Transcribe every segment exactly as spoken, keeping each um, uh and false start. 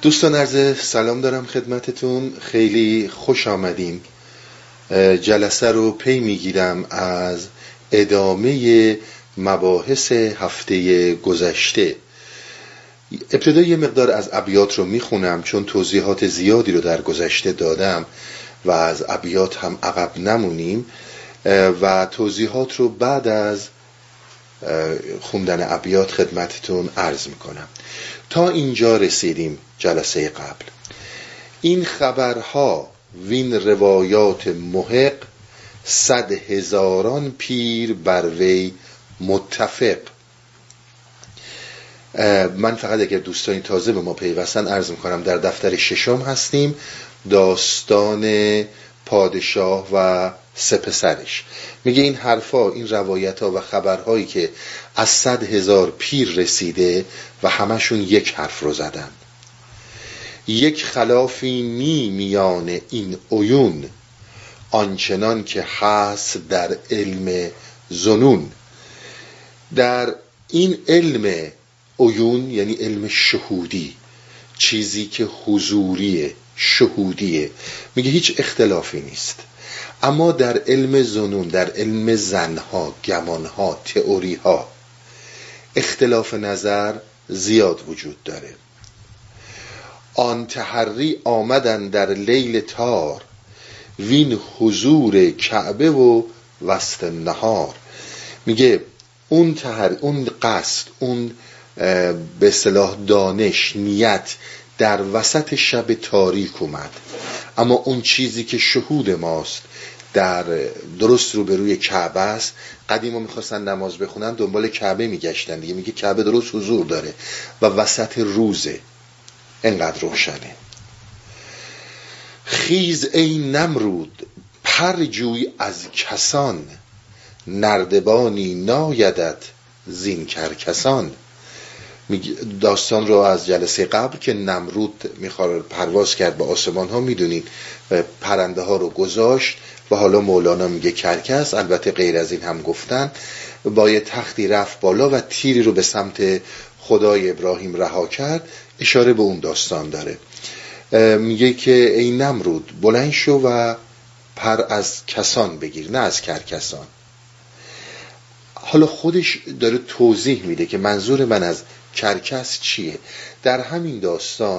دوستان عرض سلام دارم خدمتتون. خیلی خوش آمدین. جلسه رو پی میگیرم از ادامه مباحث هفته گذشته. ابتدا یه مقدار از ابیات رو میخونم چون توضیحات زیادی رو در گذشته دادم و از ابیات هم عقب نمونیم و توضیحات رو بعد از خوندن ابیات خدمتتون عرض میکنم. تا اینجا رسیدیم جلسه قبل. این خبرها وین روایات محق، صد هزاران پیر بر وی متفق. من فقط اگر دوستانی تازه به ما پیوستن عرض میکنم در دفتر ششم هستیم، داستان پادشاه و سه پسرش. میگه این حرفا، این روایت ها و خبرهایی که از صد هزار پیر رسیده و همشون یک حرف رو زدن. یک خلافی نی میان این عیون، آنچنان که هست در علم ظنون. در این علم عیون یعنی علم شهودی، چیزی که حضوریه، شهودیه، میگه هیچ اختلافی نیست. اما در علم ظنون، در علم زنها، گمانها، تئوریها اختلاف نظر زیاد وجود داره. آن تحری آمدن در لیل تار، وین حضور کعبه و وسط نهار. میگه اون تحر، اون قصد، اون به اصطلاح دانش، نیت در وسط شب تاریک اومد. اما اون چیزی که شهود ماست در درست روبروی کعبه است. قدیما میخواستن نماز بخونن دنبال کعبه میگشتن دیگه. میگه کعبه درست حضور داره و وسط روزه، انقدر روشنه. خیز ای نمرود پر جوی از کسان، نردبانی نایدت زین کرکسان. داستان رو از جلسه قبل که نمرود میخواد پرواز کرد به آسمان ها میدونید، پرنده ها رو گذاشت و حالا مولانا میگه کرکس. البته غیر از این هم گفتن با یه تختی رفت بالا و تیری رو به سمت خدای ابراهیم رها کرد. اشاره به اون داستان داره. میگه که ای نمرود بلند شو و پر از کسان بگیر، نه از کرکسان. حالا خودش داره توضیح میده که منظور من از کرکس چیه. در همین داستان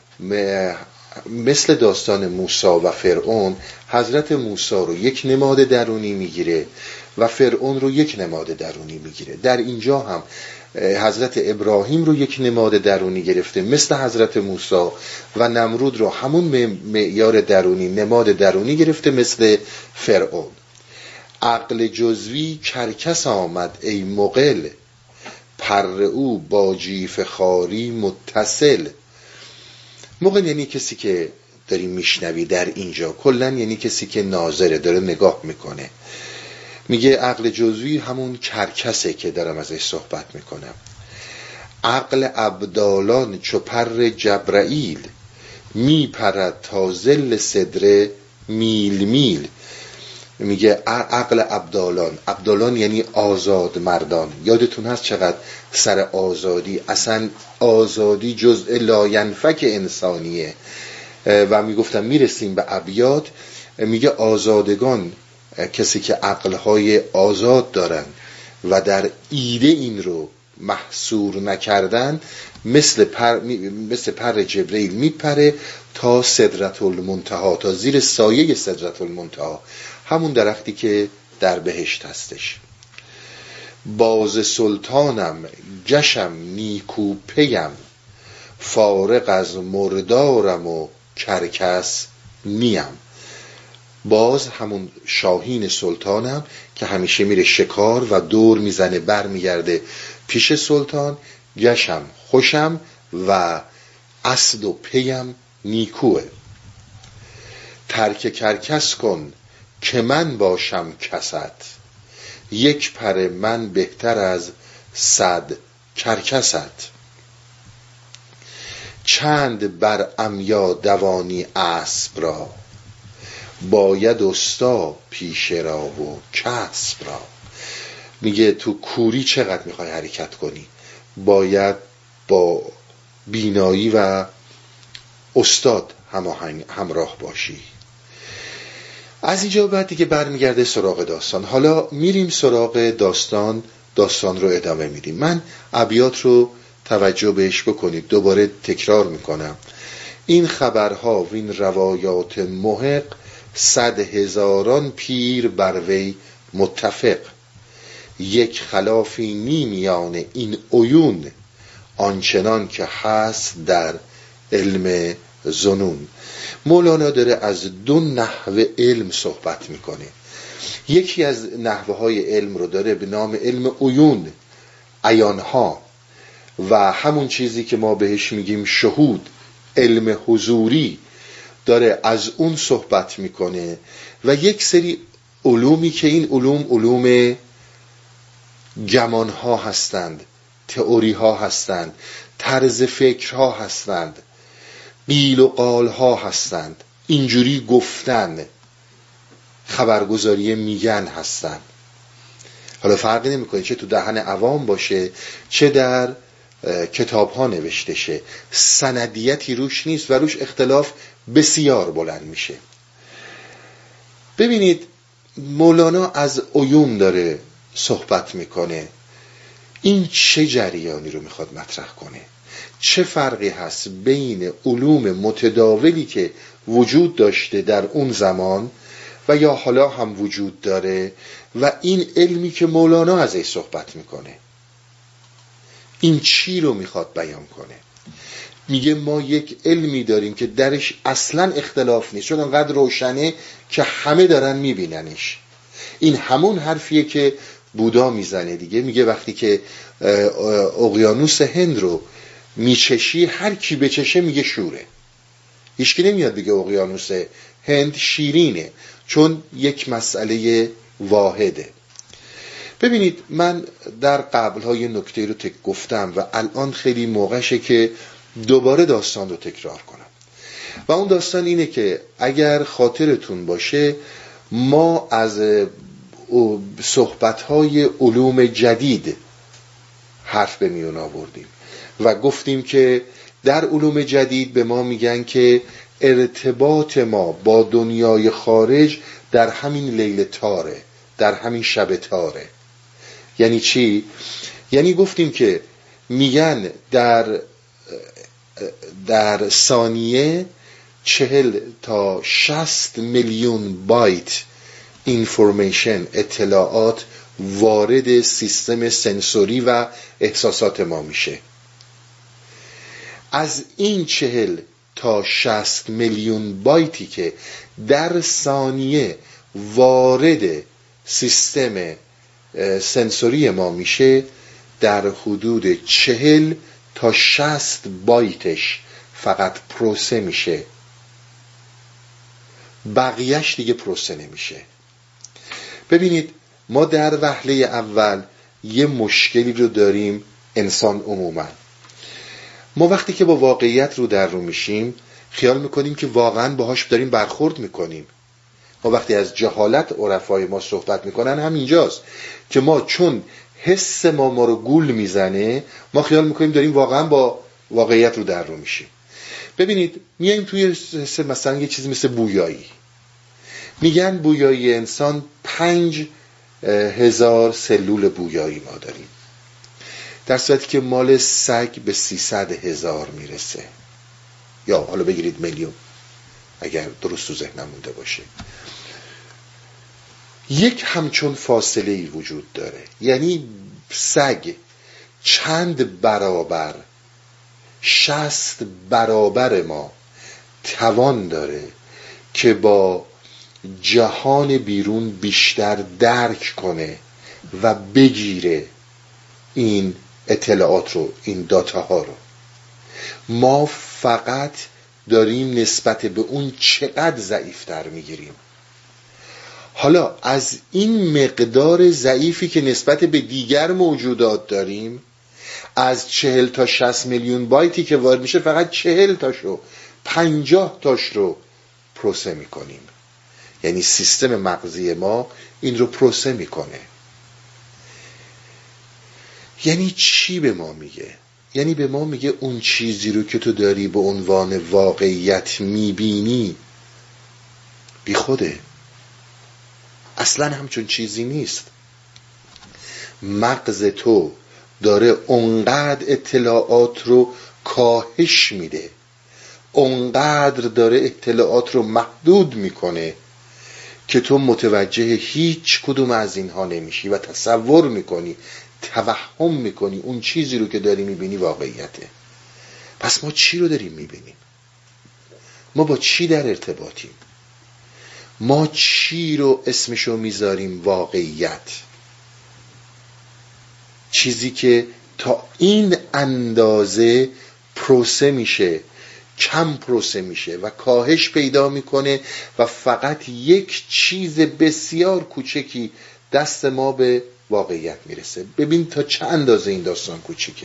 مثل داستان موسی و فرعون، حضرت موسی رو یک نماد درونی میگیره و فرعون رو یک نماد درونی میگیره. در اینجا هم حضرت ابراهیم رو یک نماد درونی گرفته مثل حضرت موسی و نمرود رو همون معیار درونی، نماد درونی گرفته مثل فرعون. عقل جزوی کرکس آمد ای مقل، پر او با جیف خاری متصل. مقل یعنی کسی که داری میشنوی در اینجا، کلن یعنی کسی که ناظره، داره نگاه میکنه. میگه عقل جزوی همون کرکسه که دارم ازش صحبت میکنم. عقل ابدالان چو پر جبرائیل، میپرد تا ظل صدره میل میل. میگه عقل ابدالان، ابدالان یعنی آزاد مردان. یادتون هست چقدر سر آزادی، اصلا آزادی جزء لاینفک انسانیه. و میگفتم میرسیم به ابیات. میگه آزادگان کسی که عقلهای آزاد دارن و در ایده این رو محصور نکردن، مثل پر, مثل پر جبرئیل میپره تا سدرة المنتهی، تا زیر سایه سدرة المنتهی، همون درختی که در بهشت هستش. باز سلطانم جشم نیکو پیم، فارغ از مردارم و کرکس نیم. باز همون شاهین سلطانم که همیشه میره شکار و دور میزنه بر میگرده پیش سلطان. گشم خوشم و اسد و پیم نیکوه. ترک کرکس کن که من باشم کست، یک پر من بهتر از صد کرکست. چند بر عمیا دوانی اسب را، باید استا پیشه را و کسب را. میگه تو کوری چقدر میخوای حرکت کنی، باید با بینایی و استاد هماهنگ همراه باشی. از اینجا بعد دیگه برمیگرده سراغ داستان. حالا میریم سراغ داستان، داستان رو ادامه میدیم. من ابیات رو توجه بهش بکنید، دوباره تکرار میکنم. این خبرها و این روایات محق، صد هزاران پیر بر وی متفق. یک خلافی نی میان این عیون، آنچنان که هست در علم ظنون. مولانا داره از دو نحوه علم صحبت میکنه. یکی از نحوه های علم رو داره به نام علم عیون، عیانها، و همون چیزی که ما بهش میگیم شهود، علم حضوری، داره از اون صحبت میکنه. و یک سری علومی که این علوم علوم گمانها هستند، تئوری ها هستند، طرز فکرها هستند، قیل و قال ها هستند، اینجوری گفتن، خبرگزاری میگن هستند. حالا فرقی نمیکنه چه تو دهن عوام باشه چه در کتاب ها نوشته شه، سندیتی روش نیست و روش اختلاف بسیار بلند میشه. ببینید مولانا از عیون داره صحبت میکنه. این چه جریانی رو میخواد مطرح کنه؟ چه فرقی هست بین علوم متداولی که وجود داشته در اون زمان و یا حالا هم وجود داره و این علمی که مولانا ازش صحبت میکنه؟ این چی رو میخواد بیان کنه؟ میگه ما یک علمی داریم که درش اصلا اختلاف نیست، چون انقدر روشنه که همه دارن میبیننش. این همون حرفیه که بودا میزنه دیگه. میگه وقتی که اقیانوس هند رو میچشی، هر کی بچشه میگه شوره. هیچکی نمیاد بگه اقیانوس هند شیرینه، چون یک مسئله واحده. ببینید من در قبل‌های نکته رو تک گفتم و الان خیلی موقعشه که دوباره داستان رو تکرار کنم. و اون داستان اینه که اگر خاطرتون باشه ما از صحبت‌های علوم جدید حرف به میون آوردیم و گفتیم که در علوم جدید به ما میگن که ارتباط ما با دنیای خارج در همین لیل تاره، در همین شب تاره. یعنی چی؟ یعنی گفتیم که میگن در در ثانیه چهل تا شصت میلیون بایت اینفورمیشن، اطلاعات وارد سیستم سنسوری و احساسات ما میشه. از این چهل تا شصت میلیون بایتی که در ثانیه وارد سیستم سنسوری ما میشه، در حدود چهل تا شصت بایتش فقط پروسه میشه، بقیهش دیگه پروسه نمیشه. ببینید ما در وهله اول یه مشکلی رو داریم، انسان عموما. ما وقتی که با واقعیت رو در رو میشیم خیال میکنیم که واقعا باهاش داریم برخورد میکنیم. ما وقتی از جهالت عرفای ما صحبت میکنن همینجاست که ما چون حس ما ما رو گول میزنه ما خیال میکنیم داریم واقعا با واقعیت رو در رو میشیم. ببینید میایم توی مثلا یه چیزی مثل بویایی، میگن بویایی انسان پنج هزار سلول بویایی ما داریم، در صورتی که مال سگ به سیصد هزار میرسه، یا حالا بگیرید میلیون اگر درست تو ذهنم مونده باشه. یک همچون فاصله ای وجود داره، یعنی سگ چند برابر، شصت برابر ما توان داره که با جهان بیرون بیشتر درک کنه و بگیره این اطلاعات رو، این داتاها رو. ما فقط داریم نسبت به اون چقدر ضعیفتر میگیریم. حالا از این مقدار ضعیفی که نسبت به دیگر موجودات داریم، از چهل تا شصت میلیون بایتی که وارد میشه فقط چهل تاشو، پنجاه تاش رو پروسه میکنیم. یعنی سیستم مغزی ما این رو پروسه میکنه. یعنی چی به ما میگه؟ یعنی به ما میگه اون چیزی رو که تو داری به عنوان واقعیت میبینی بی خوده، اصلا همچون چیزی نیست. مغز تو داره اونقدر اطلاعات رو کاهش میده، اونقدر داره اطلاعات رو محدود میکنه که تو متوجه هیچ کدوم از اینها نمیشی و تصور میکنی، توهم میکنی اون چیزی رو که داری میبینی واقعیته. پس ما چی رو داریم میبینیم؟ ما با چی در ارتباطیم؟ ما چی رو اسمشو میذاریم واقعیت؟ چیزی که تا این اندازه پروسه میشه، کم پروسه میشه و کاهش پیدا میکنه و فقط یک چیز بسیار کوچکی دست ما به واقعیت میرسه. ببین تا چه اندازه این داستان کوچیکه.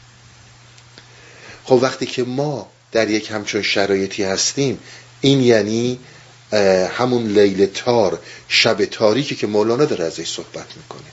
خب وقتی که ما در یک همچون شرایطی هستیم، این یعنی همون لیل تار، شب تاریکی که مولانا داره ازش صحبت میکنه.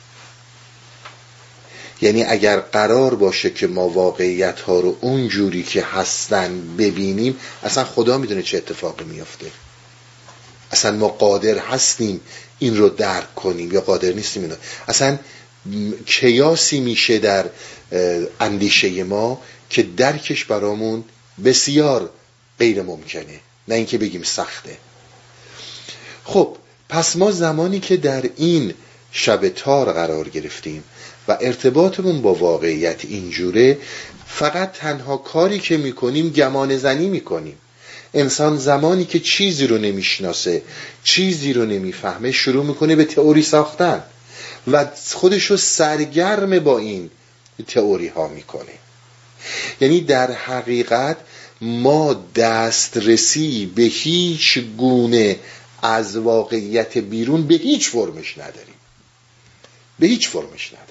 یعنی اگر قرار باشه که ما واقعیت ها رو اون جوری که هستن ببینیم، اصلا خدا میدونه چه اتفاقی میفته. اصلا ما قادر هستیم این رو درک کنیم یا قادر نیستیم اینو. اصلا کیاسی میشه در اندیشه ما که درکش برامون بسیار غیر ممکنه، نه اینکه بگیم سخته. خب پس ما زمانی که در این شب تار قرار گرفتیم و ارتباطمون با واقعیت اینجوره، فقط تنها کاری که میکنیم گمان زنی میکنیم. انسان زمانی که چیزی رو نمیشناسه، چیزی رو نمیفهمه، شروع میکنه به تئوری ساختن و خودشو سرگرم با این تئوری ها میکنه. یعنی در حقیقت ما دسترسی به هیچ گونه از واقعیت بیرون به هیچ فرمش نداریم، به هیچ فرمش نداریم.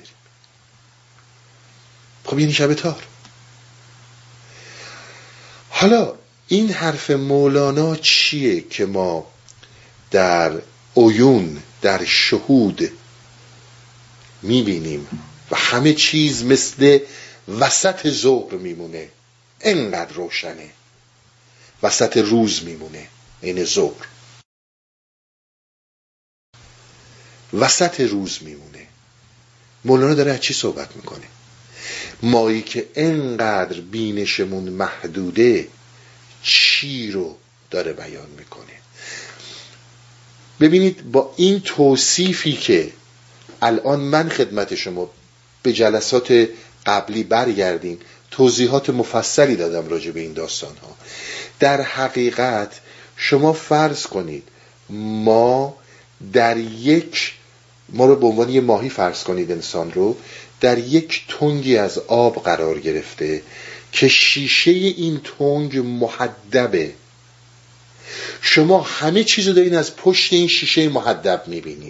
خب یعنی شب تار. حالا این حرف مولانا چیه که ما در عیون، در شهود میبینیم و همه چیز مثل وسط ظهر میمونه، انقدر روشنه، وسط روز میمونه، این ظهر وسط روز میمونه. مولانا داره از چی صحبت میکنه؟ مایی که انقدر بینشمون محدوده چی رو داره بیان میکنه؟ ببینید با این توصیفی که الان من خدمت شما، به جلسات قبلی برگردین، توضیحات مفصلی دادم راجع به این داستان ها. در حقیقت شما فرض کنید ما در یک، ما رو به عنوان یه ماهی فرض کنید، انسان رو در یک تنگی از آب قرار گرفته که شیشه این تنگ محدبه. شما همه چیز رو دارین از پشت این شیشه محدب میبینید،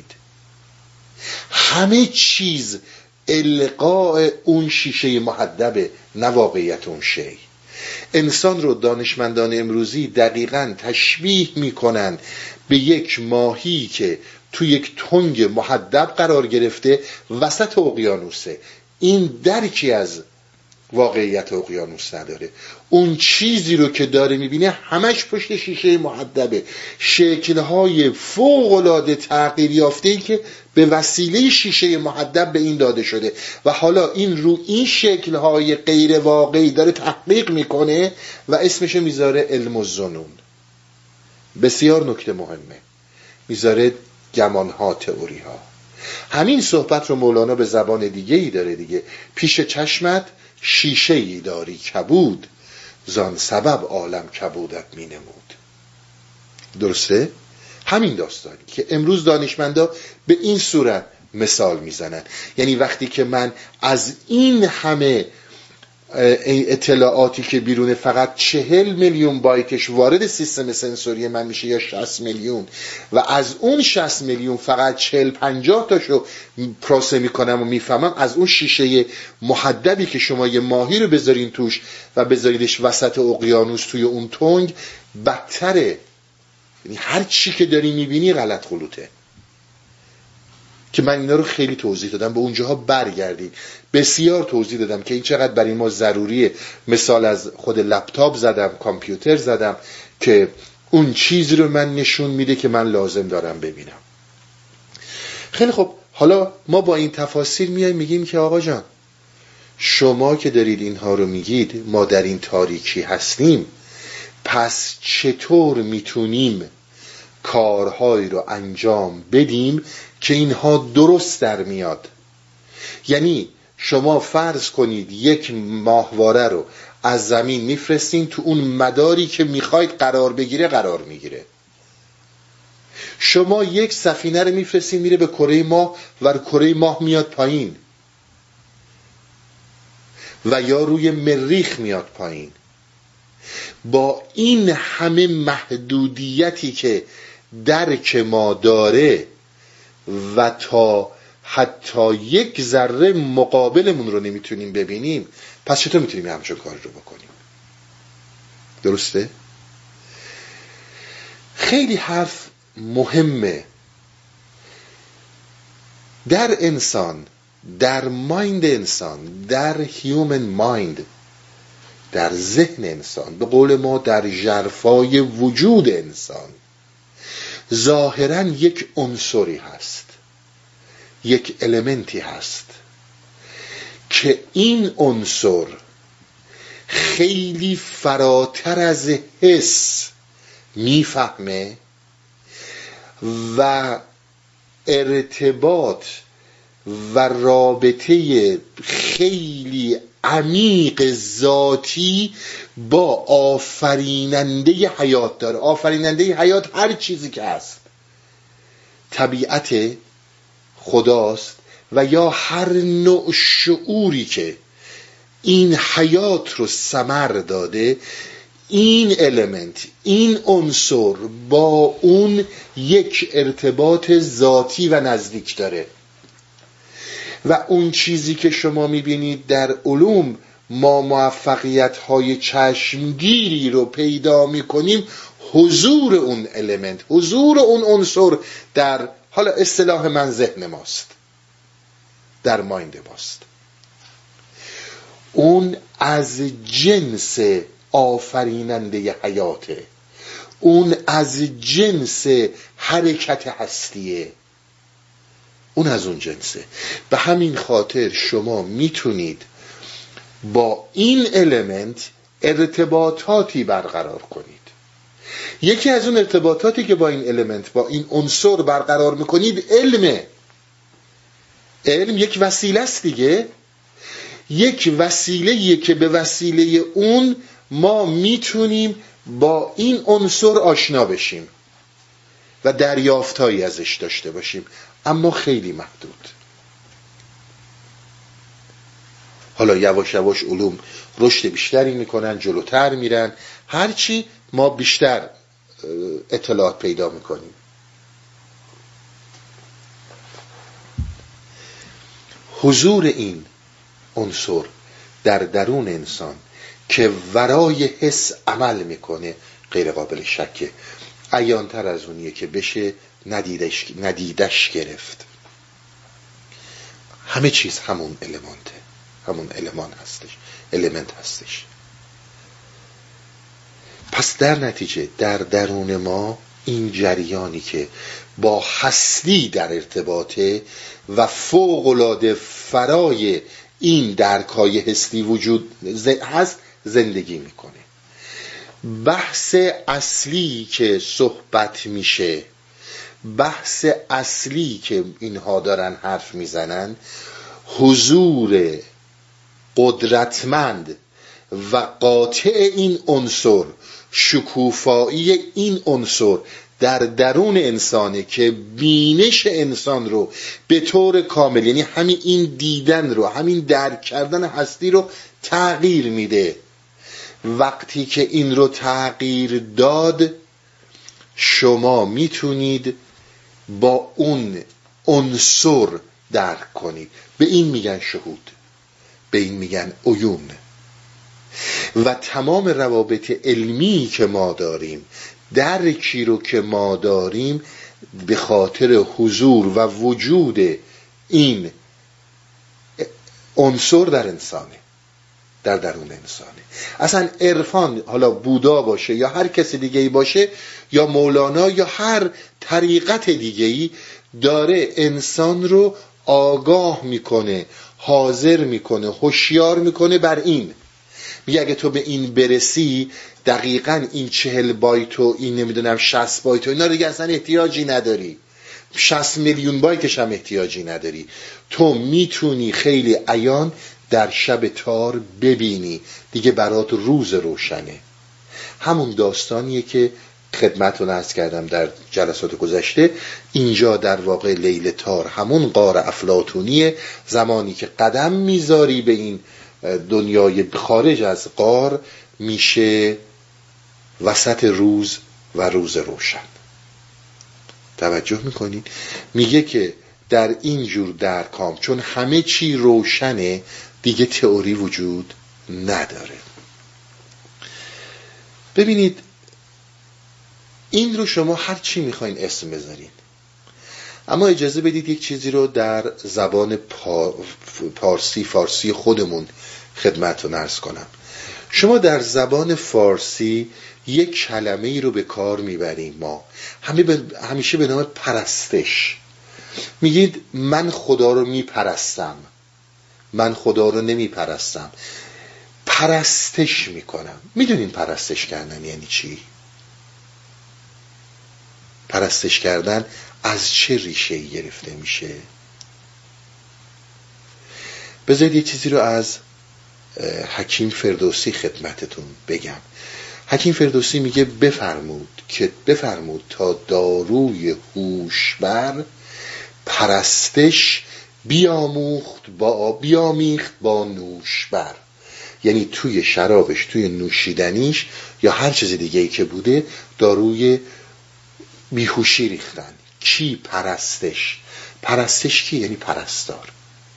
همه چیز القاء اون شیشه محدبه، نه واقعیت اون شی. انسان رو دانشمندان امروزی دقیقاً تشبیه میکنن به یک ماهی که تو یک تنگ محدب قرار گرفته وسط اقیانوسه. این درکی از واقعیت اقیانوس نداره. اون چیزی رو که داره میبینه همش پشت شیشه محدبه، شکل‌های فوق‌العاده تغییر یافته‌ای که به وسیله شیشه محدب به این داده شده و حالا این رو این شکل‌های غیر واقعی داره تحقیق میکنه و اسمشو میذاره علم الظنون. بسیار نکته مهمه، میذاره گمان‌ها، تئوری‌ها. همین صحبت رو مولانا به زبان دیگه ای داره دیگه. پیش چشمت شیشه ای داری کبود، زان سبب عالم کبودت می نمود. درسته؟ همین داستانی که امروز دانشمندا به این صورت مثال میزنن. یعنی وقتی که من از این همه اطلاعاتی که بیرونه فقط چهل میلیون بایتش وارد سیستم سنسوری من میشه یا شصت میلیون و از اون شصت میلیون فقط چهل پنجاه تاشو پروسه میکنم و میفهمم، از اون شیشه محدبی که شما یه ماهی رو بذارین توش و بذاریدش وسط اقیانوس توی اون تنگ بدتره. یعنی هر چی که داری میبینی غلط غلوطه. که من اینا رو خیلی توضیح دادم، به اونجاها برگردید. بسیار توضیح دادم که این چقدر برای ما ضروریه. مثال از خود لپتاپ زدم، کامپیوتر زدم که اون چیزی رو من نشون میده که من لازم دارم ببینم. خیلی خب، حالا ما با این تفاصیل میایم میگیم که آقا جان شما که دارید اینها رو میگید ما در این تاریکی هستیم، پس چطور میتونیم کارهایی رو انجام بدیم که اینها درست در میاد؟ یعنی شما فرض کنید یک ماهواره رو از زمین میفرستین تو اون مداری که میخواید قرار بگیره قرار میگیره. شما یک سفینه رو میفرستین میره به کره ماه و کره ماه میاد پایین و یا روی مریخ میاد پایین. با این همه محدودیتی که درک ما داره و تا حتی یک ذره مقابلمون رو نمیتونیم ببینیم، پس چطور میتونیم همچون کاری رو بکنیم؟ درسته؟ خیلی حرف مهمه. در انسان، در مایند انسان، در هیومن مایند، در ذهن انسان، به قول ما در ژرفای وجود انسان، ظاهراً یک عنصری هست، یک المنتی هست که این عنصر خیلی فراتر از حس میفهمه و ارتباط و رابطه خیلی عمیق ذاتی با آفریننده حیات داره. آفریننده حیات هر چیزی که هست، طبیعت خداست و یا هر نوع شعوری که این حیات رو ثمر داده، این المنت، این عنصر با اون یک ارتباط ذاتی و نزدیک داره. و اون چیزی که شما میبینید در علوم ما موفقیت‌های چشمگیری رو پیدا میکنیم، حضور اون المنت، حضور اون عنصر در، حالا اصطلاح من، ذهن ماست، در مایند ماست. اون از جنس آفریننده حیاته، اون از جنس حرکت هستیه، اون از اون جنسه. به همین خاطر شما میتونید با این المنت ارتباطاتی برقرار کنید. یکی از اون ارتباطاتی که با این المنت، با این عنصر برقرار میکنید، علمه. علم یک وسیله است دیگه، یک وسیله‌ایه که به وسیله اون ما میتونیم با این عنصر آشنا بشیم و دریافتایی ازش داشته باشیم، اما خیلی محدود. حالا یواش یواش علوم رشد بیشتری میکنن، جلوتر میرن، هرچی ما بیشتر اطلاعات پیدا میکنیم. حضور این عنصر در درون انسان که ورای حس عمل میکنه غیر قابل شکه. عیانتر از اونیه که بشه ندیدش, ندیدش گرفت. همه چیز همون المنته، همون المان هستش، المنت هستش. پس در نتیجه در درون ما این جریانی که با هستی در ارتباطه و فوق‌العاده فرای این درکای هستی وجود هست زندگی میکنه. بحث اصلی که صحبت میشه، بحث اصلی که اینها دارن حرف میزنن، حضور قدرتمند و قاطع این عنصر، شکوفایی این عنصر در درون انسانه که بینش انسان رو به طور کامل، یعنی همین این دیدن رو، همین درک کردن هستی رو تغییر میده. وقتی که این رو تغییر داد، شما میتونید با اون عنصر درک کنید. به این میگن شهود، به این میگن عیون. و تمام روابط علمی که ما داریم، درکی رو که ما داریم، به خاطر حضور و وجود این عنصر در انسانه، در درون انسانه. اصلا عرفان، حالا بودا باشه یا هر کس دیگه‌ای باشه یا مولانا یا هر طریقت دیگه‌ای، داره انسان رو آگاه میکنه، حاضر میکنه، هوشیار میکنه بر این. میگه اگه تو به این برسی، دقیقاً این چهل بایت و این نمیدونم شصت بایت و اینا دیگه اصلا احتیاجی نداری، شصت میلیون بایتش هم احتیاجی نداری. تو میتونی خیلی عیان در شب تار ببینی، دیگه برات روز روشنه. همون داستانیه که خدمتتون عرض کردم در جلسات گذشته. اینجا در واقع لیل تار همون غار افلاطونیه. زمانی که قدم میذاری به این دنیای خارج از غار، میشه وسط روز و روز روشن. توجه میکنید؟ میگه که در این جور درکام، چون همه چی روشنه، دیگه تئوری وجود نداره. ببینید این رو شما هر چی میخواین اسم بذارین، اما اجازه بدید یک چیزی رو در زبان پارسی فارسی خودمون خدمتتون عرض کنم. شما در زبان فارسی یک کلمه ای رو به کار میبریم، ما همه به همیشه به نام پرستش. میگید من خدا رو میپرستم، من خدا رو نمیپرستم، پرستش میکنم. میدونین پرستش کردن یعنی چی؟ پرستش کردن از چه ریشه‌ای گرفته میشه؟ بذارید یه چیزی رو از حکیم فردوسی خدمتتون بگم. حکیم فردوسی میگه بفرمود که بفرمود تا داروی هوشبر، پرستش بیاموخت با بیامیخت با نوشبر. یعنی توی شرابش، توی نوشیدنیش یا هر چیز دیگه ای که بوده، داروی بیهوشی ریختن. کی؟ پرستش. پرستش کی؟ یعنی پرستار،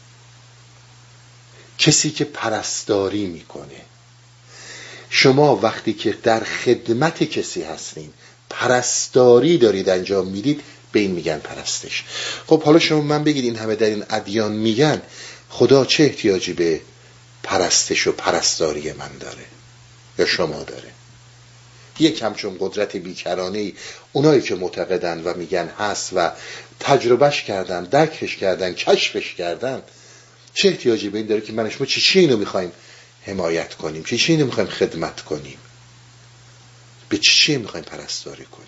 کسی که پرستاری میکنه. شما وقتی که در خدمت کسی هستین، پرستاری دارید انجام میدید، به این میگن پرستش. خب حالا شما من بگید این همه در این ادیان میگن خدا چه احتیاجی به پرستش و پرستاری من داره یا شما داره؟ یک همچون قدرت بیکرانه‌ای اونایی که معتقدن و میگن هست و تجربهش کردن، درکش کردن، کشفش کردن، چه احتیاجی به این داره که من شما چی چی اینو میخوایم حمایت کنیم، چی چی اینو میخوایم خدمت کنیم، به چی چی میخوایم پرستاری کنیم؟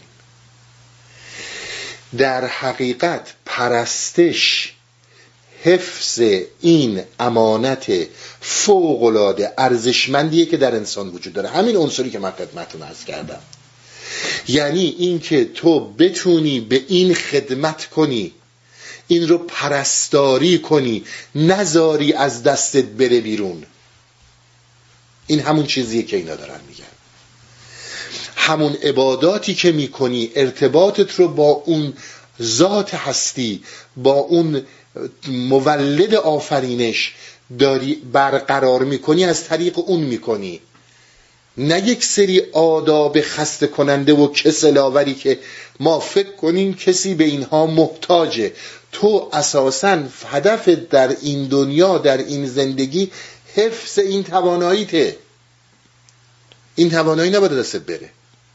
در حقیقت پرستش حفظ این امانت فوق‌العاده ارزشمندیه که در انسان وجود داره، همین عنصری که من خدمتتون عرض کردم. یعنی این که تو بتونی به این خدمت کنی، این رو پرستاری کنی، نذاری از دستت بره بیرون. این همون چیزیه که اینا دارن میگن. همون عباداتی که میکنی، ارتباطت رو با اون ذات هستی، با اون مولد آفرینش داری برقرار میکنی، از طریق اون میکنی، نه یک سری آداب خسته کننده و کسلاوری که ما فکر کنیم کسی به اینها محتاجه. تو اساساً هدف در این دنیا، در این زندگی، حفظ این تواناییته. این توانایی نباید دستت بره،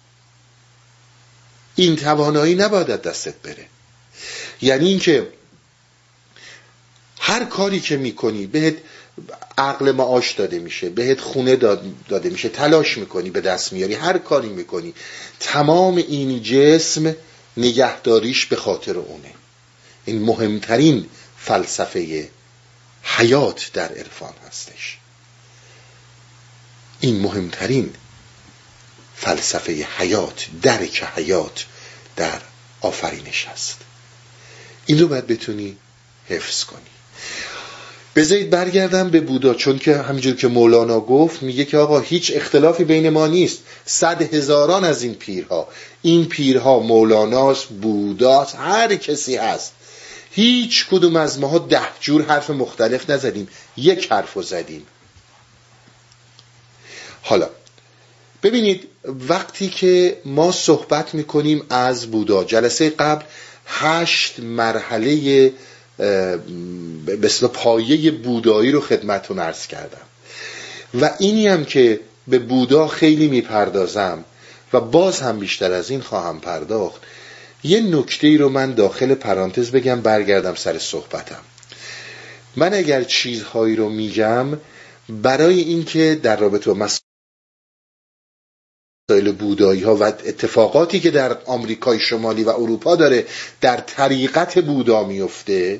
این توانایی نباید دستت بره. یعنی این که هر کاری که میکنی بهت عقل معاش داده میشه، بهت خونه داده میشه، تلاش میکنی به دست میاری، هر کاری میکنی، تمام این جسم نگهداریش به خاطر اونه. این مهمترین فلسفه حیات در عرفان هستش. این مهمترین فلسفه حیات، درک حیات در آفرینش هست. این رو باید بتونی حفظ کنی. بذارید برگردم به بودا، چون که همینجور که مولانا گفت، میگه که آقا هیچ اختلافی بین ما نیست. صد هزاران از این پیرها، این پیرها مولاناست، بوداست، هر کسی هست، هیچ کدوم از ماها ده جور حرف مختلف نزدیم، یک حرف رو زدیم. حالا ببینید وقتی که ما صحبت میکنیم از بودا، جلسه قبل هشت مرحله به اصطلاح پایه بودایی رو خدمتتون عرض کردم و اینی هم که به بودا خیلی میپردازم و باز هم بیشتر از این خواهم پرداخت. یه نکته‌ای رو من داخل پرانتز بگم برگردم سر صحبتم. من اگر چیزهایی رو میگم برای اینکه در رابطه با مسائل بودایی ها و اتفاقاتی که در آمریکای شمالی و اروپا داره در طریقت بودا میفته،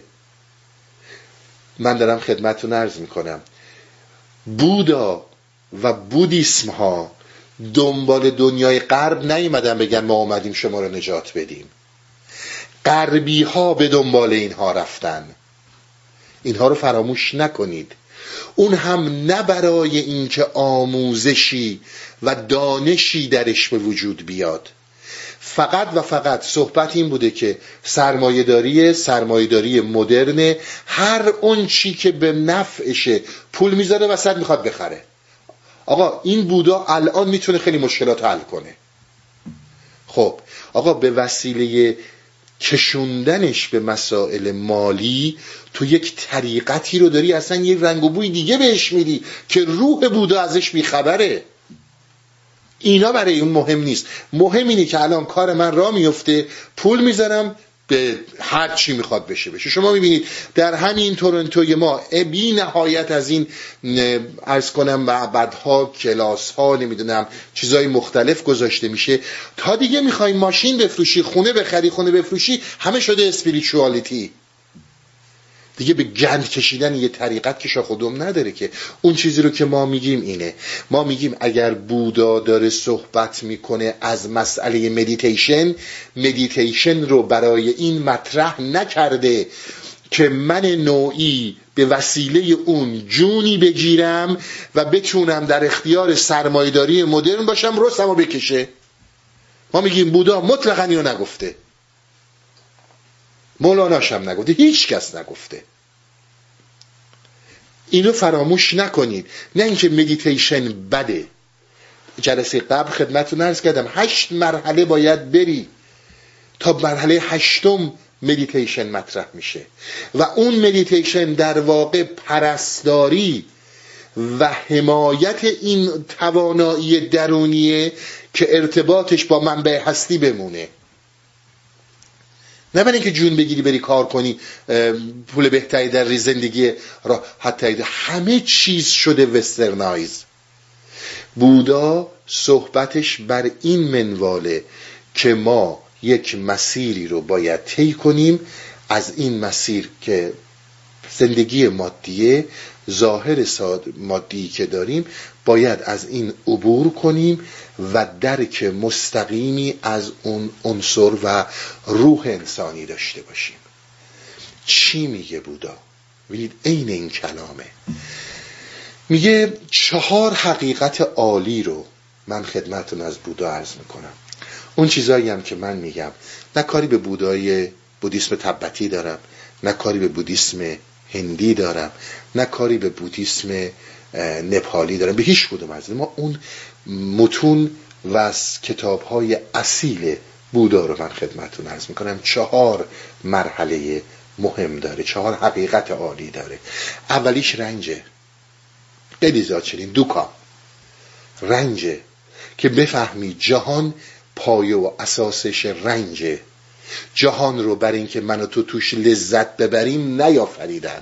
من دارم خدمتتون عرض میکنم بودا و بودیسم ها دنبال دنیای غرب نیومدن بگن ما اومدیم شما رو نجات بدیم. غربی ها به دنبال اینها رفتن. اینها رو فراموش نکنید. اون هم نه برای اینکه آموزشی و دانشی درش به وجود بیاد، فقط و فقط صحبت این بوده که سرمایه‌داری سرمایه‌داری مدرن، هر اون چی که به نفعشه پول میذاره وسط میخواد بخره. آقا این بودا الان میتونه خیلی مشکلات حل کنه. خب آقا به وسیله کشوندنش به مسائل مالی تو یک طریقتی رو داری اصلا یک رنگ و بوی دیگه بهش میدی که روح بودا ازش بیخبره. اینا برای اون مهم نیست. مهم اینه که الان کار من راه میفته، پول میذارم به هر چی میخواد بشه بشه. شما میبینید در همین تورنتوی ما بی نهایت از این عرض کنم معبدها، کلاسها، نمیدونم چیزای مختلف گذاشته میشه. تا دیگه میخوای ماشین بفروشی، خونه بخری، خونه بفروشی، همه شده اسپریچوالیتی. دیگه به گند کشیدن یه طریقت که شاخ و دم نداره. که اون چیزی رو که ما میگیم اینه، ما میگیم اگر بودا داره صحبت میکنه از مسئله مدیتیشن، مدیتیشن رو برای این مطرح نکرده که من نوعی به وسیله اون جونی بگیرم و بتونم در اختیار سرمایه‌داری مدرن باشم رستمو بکشه. ما میگیم بودا مطلقاً اینو نگفته، مولاناش هم نگفته، هیچ کس نگفته. اینو فراموش نکنید. نه اینکه مدیتیشن بده. جلسه قبل خدمتتون عرض کردم هشت مرحله باید بری تا مرحله هشتم مدیتیشن مطرح میشه و اون مدیتیشن در واقع پرستاری و حمایت این توانایی درونیه که ارتباطش با منبع هستی بمونه. نه برای اینکه جون بگیری بری کار کنی پول بهتری در زندگی را حتی همه چیز شده وسترنایز. بودا صحبتش بر این منواله که ما یک مسیری رو باید طی کنیم. از این مسیر که زندگی مادیه، ظاهر مادی که داریم، باید از این عبور کنیم و درک مستقیمی از اون عنصر و روح انسانی داشته باشیم. چی میگه بودا؟ ببینید عین این کلامه. میگه چهار حقیقت عالی رو من خدمتتون از بودا عرض میکنم. اون چیزایی هم که من میگم نه کاری به بودای بودیسم تبتی دارم، نه کاری به بودیسم هندی دارم، نه کاری به بودیسم نپالی دارم، به هیچ کدوم از ما. اون متون و کتاب‌های اصیل بودا رو من خدمتتون عرض میکنم. چهار مرحله مهم داره، چهار حقیقت عالی داره. اولیش رنجه. خیلی زیاد شدیم دوکا رنجه که بفهمی جهان پایه و اساسش رنجه. جهان رو برای اینکه من و تو توش لذت ببریم نیافریدن.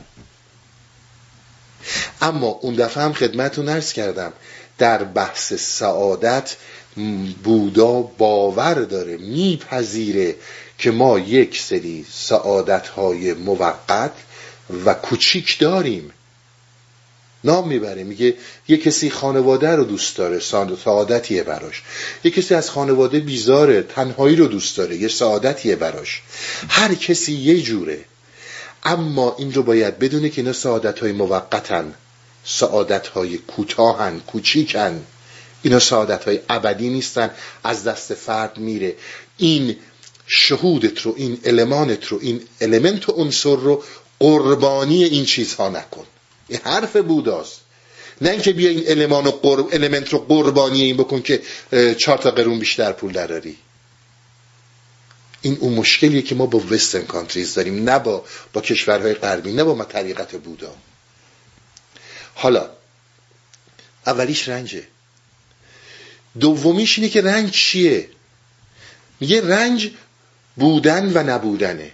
اما اون دفعه هم خدمتتون عرض کردم در بحث سعادت بودا باور داره، میپذیره که ما یک سری سعادت‌های موقت و کوچیک داریم. نام میبره، میگه یه کسی خانواده رو دوست داره، سعادتیه براش. یه کسی از خانواده بیزاره، تنهایی رو دوست داره، یه سعادتیه براش. هر کسی یه جوره. اما این رو باید بدونه که اینا سعادت‌های موقتن، سعادت‌های کوتاهن، کوچیکن. اینا سعادت‌های ابدی نیستن، از دست فرد میره. این شهودت رو، این المانت رو، این المنت و عنصر رو قربانی این چیزها نکن. این حرف بوداست. نه اینکه بیا این المان و قرب... المنت رو قربانی این بکن که چهار تا قرون بیشتر پول دراری. این اون مشکلیه که ما با وسترن کانتریز داریم، نه با با کشورهای غربی، نه با طریقت بودا. حالا اولیش رنجه، دومیش اینه که رنج چیه؟ میگه رنج بودن و نبودنه.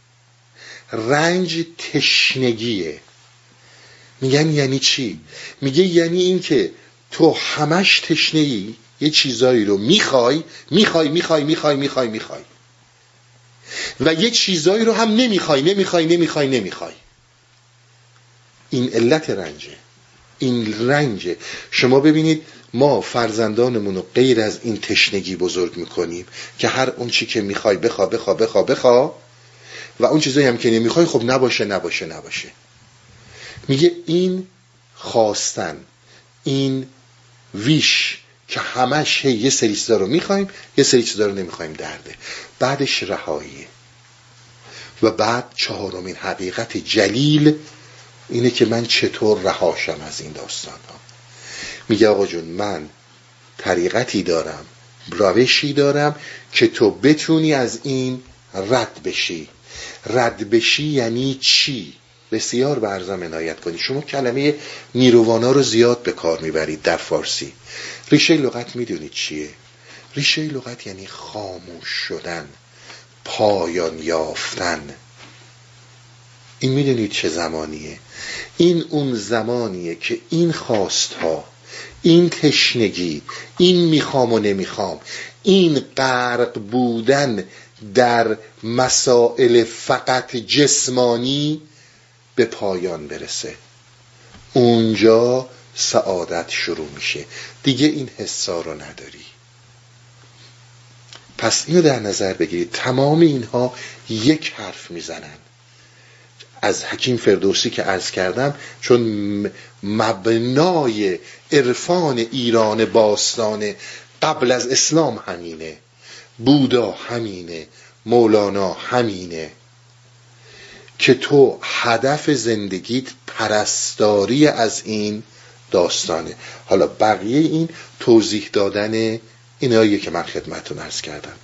رنج تشنگیه. میگن یعنی چی؟ میگه یعنی این که تو همش تشنه‌ای، یه چیزایی رو میخوای میخوای میخوای میخوای میخوای میخوای و یه چیزایی رو هم نمیخوای نمیخوای نمیخوای نمیخوای. این علت رنجه. این رنجه. شما ببینید ما فرزندانمون رو غیر از این تشنگی بزرگ میکنیم که هر اون چی که میخوای بخوا بخوا بخوا بخوا و اون چیزایی هم که نمیخوای خب نباشه نباشه نباشه. میگه این خواستن، این ویش که همش یه سری چیزا رو میخوایم یه سری چیزا رو نمیخوایم درده. بعدش رهاییه. و بعد چهارمین حقیقت جلیل اینه که من چطور رهاشم از این داستان ها. میگه آقا جون من طریقتی دارم، روشی دارم که تو بتونی از این رد بشی. رد بشی یعنی چی؟ بسیار به عرضم عنایت کنید. شما کلمه نیروانا رو زیاد به کار میبرید در فارسی. ریشه لغت میدونید چیه؟ ریشه لغت یعنی خاموش شدن، پایان یافتن. این میدونید چه زمانیه؟ این اون زمانیه که این خواستها، این تشنگی، این میخوام و نمیخوام، این غرق بودن در مسائل فقط جسمانی به پایان برسه. اونجا سعادت شروع میشه. دیگه این حسا رو نداری. پس اینو در نظر بگیرید. تمام اینها یک حرف میزنن. از حکیم فردوسی که عرض کردم، چون مبنای عرفان ایران باستان قبل از اسلام همینه، بودا همینه، مولانا همینه، که تو هدف زندگیت پرستاری از این داستانه. حالا بقیه این توضیح دادن ایناییه که من خدمتتون عرض کردم.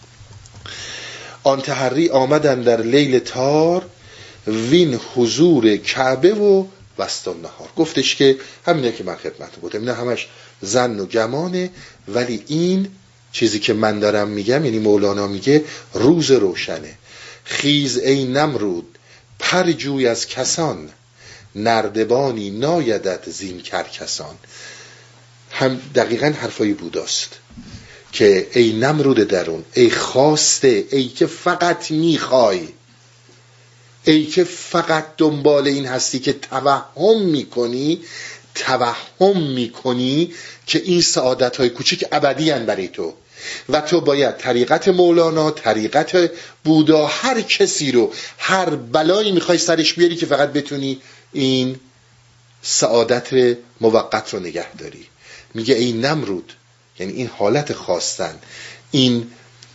آن تحری آمدن در لیل تار، وین حضور کعبه و وسط نهار. گفتش که همینه که من خدمتتون گفتم، اینا همش ظن و گمانه، ولی این چیزی که من دارم میگم، یعنی مولانا میگه روز روشنه. خیز ای نمرود پر جوی از کسان، نردبانی نایدت زین کرکسان. هم دقیقاً حرفای بوداست که ای نمرود درون، ای خواسته، ای که فقط میخوای، ای که فقط دنبال این هستی که توهم میکنی توهم میکنی که این سعادت های کوچک ابدی هن برای تو، و تو باید طریقت مولانا، طریقت بودا، هر کسی رو، هر بلایی میخوای سرش بیاری که فقط بتونی این سعادت موقت رو نگه داری. میگه ای نمرود، یعنی این حالت خواستن، این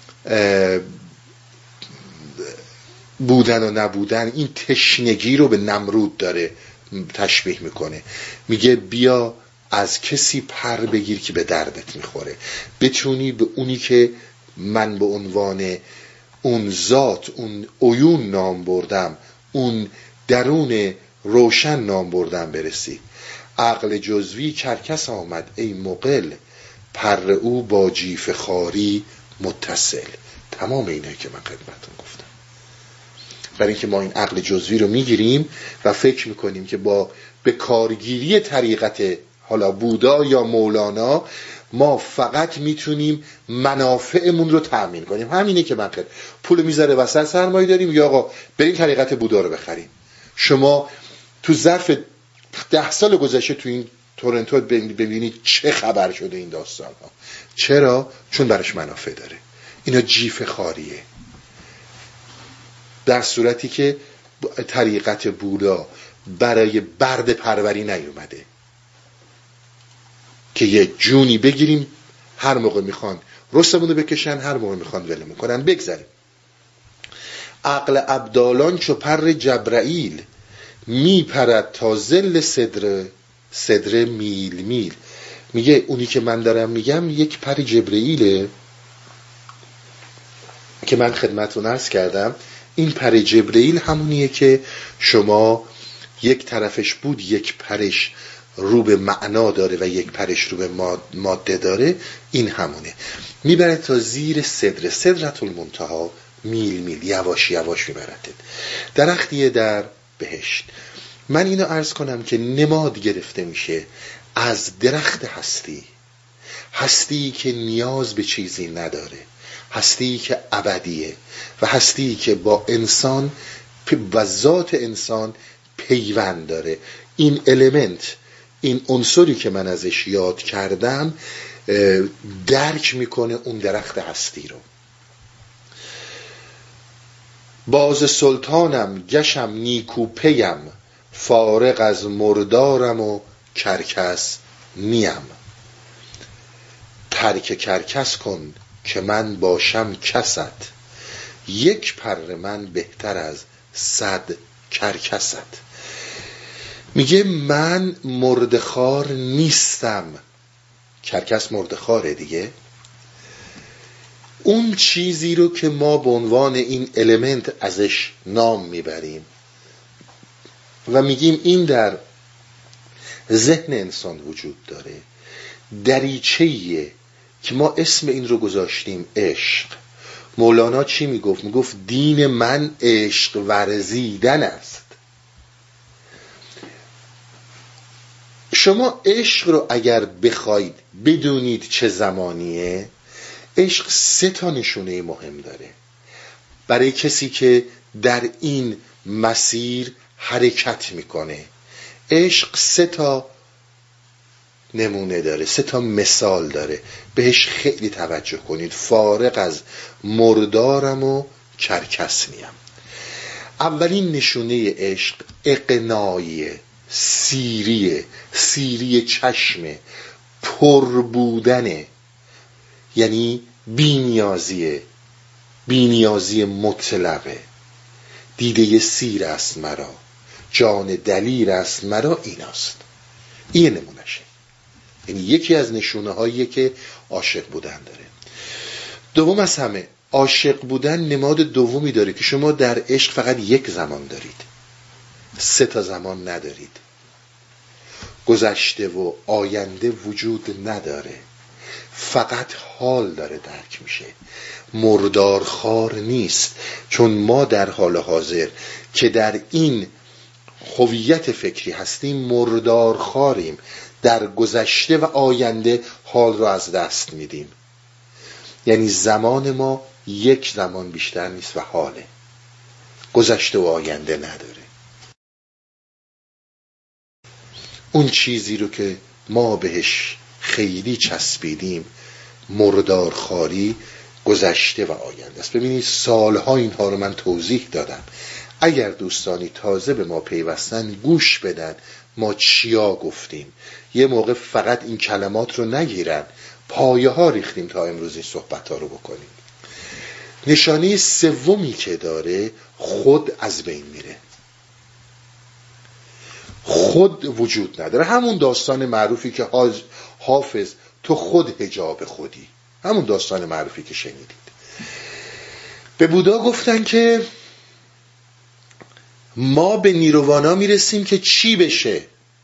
بودن و نبودن، این تشنگی رو به نمرود داره تشبیه میکنه. میگه بیا از کسی پر بگیر که به دردت میخوره، بتونی به اونی که من به عنوان اون ذات، اون عیون نام بردم، اون درون روشن نام بردم برسی. عقل جزوی کرکس آمد ای مقل، پر او با جیف خاری متصل. تمام اینایی که من خدمتتون گفتم. برای اینکه ما این عقل جزوی رو میگیریم و فکر میکنیم که با به کارگیری طریقت حالا بودا یا مولانا ما فقط میتونیم منافعمون رو تأمین کنیم. همینه که من خیلی پول میذاره وسط، سرمایه داریم، میگه آقا بریم طریقت بودا رو بخریم. شما تو ظرف ده سال گذشته تو این تورنتو ببینید چه خبر شده این داستان ها. چرا؟ چون برش منافع داره. اینا جیف خاریه. در صورتی که طریقت بودا برای برد پروری نیومده که یه جونی بگیریم هر موقع میخوان رستمونو بکشن، هر موقع میخوان ولمون کنن. بگذاریم. عقل عبدالان چو پر جبرائیل، میپرد تا ظل صدر صدر میل میل. میگه اونی که من دارم میگم یک پر جبرائیله که من خدمتتون عرض کردم این پر جبرئیل همونیه که شما یک طرفش بود یک پرش رو به معنا داره و یک پرش رو به ماده داره، این همونه. میبره تا زیر صدر صدرت المنتها، میل میل یواش یواش میبرده درختیه در بهشت. من اینو عرض کنم که نماد گرفته میشه از درخت هستی، هستی که نیاز به چیزی نداره، هستی که ابدیه و هستی که با انسان و ذات انسان پیوند داره. این المنت، این عنصری که من ازش یاد کردم درک میکنه اون درخت هستی رو. باز سلطانم گشم نیکو پیم، فارغ از مردارم و کرکس نیم. ترک کرکس کن که من باشم کست، یک پر من بهتر از صد کرکست. میگه من مردخار نیستم. کرکس مردخاره دیگه. اون چیزی رو که ما به عنوان این المنت ازش نام میبریم و میگیم این در ذهن انسان وجود داره، دریچه‌ایه که ما اسم این رو گذاشتیم عشق. مولانا چی میگفت؟ میگفت دین من عشق ورزیدن است. شما عشق رو اگر بخواید بدونید چه زمانیه، عشق سه تا نشونه مهم داره برای کسی که در این مسیر حرکت میکنه. عشق سه تا نمونه داره، سه تا مثال داره، بهش خیلی توجه کنید. فارغ از مردارم و کرکس نیم. اولین نشونه عشق اقناعیه، سیریه، سیری چشمه، پر بودنه، یعنی بینیازیه، بینیازی مطلقه. دیده سیر است مرا، جان دلیر است مرا، ایناست. این نمونشه، یعنی یکی از نشونه هاییه که عاشق بودن داره. دوم از همه، عاشق بودن نماد دومی داره که شما در عشق فقط یک زمان دارید، سه تا زمان ندارید. گذشته و آینده وجود نداره، فقط حال داره درک میشه. مردارخوار نیست، چون ما در حال حاضر که در این هویت فکری هستیم مردارخواریم، در گذشته و آینده حال رو از دست میدیم. یعنی زمان ما یک زمان بیشتر نیست و حاله، گذشته و آینده نداره. اون چیزی رو که ما بهش خیلی چسبیدیم، مردارخواری، گذشته و آینده است. ببینید سالها اینها رو من توضیح دادم. اگر دوستانی تازه به ما پیوستن گوش بدن ما چیا گفتیم، یه موقع فقط این کلمات رو نگیرن، پایه ها ریختیم تا امروز این صحبت ها رو بکنیم. نشانه سومی که داره، خود از بین میره، خود وجود نداره. همون داستان معروفی که حافظ تو خود حجاب خودی، همون داستان معروفی که شنیدید. به بودا گفتن که ما به نیروانا میرسیم که چی بشه؟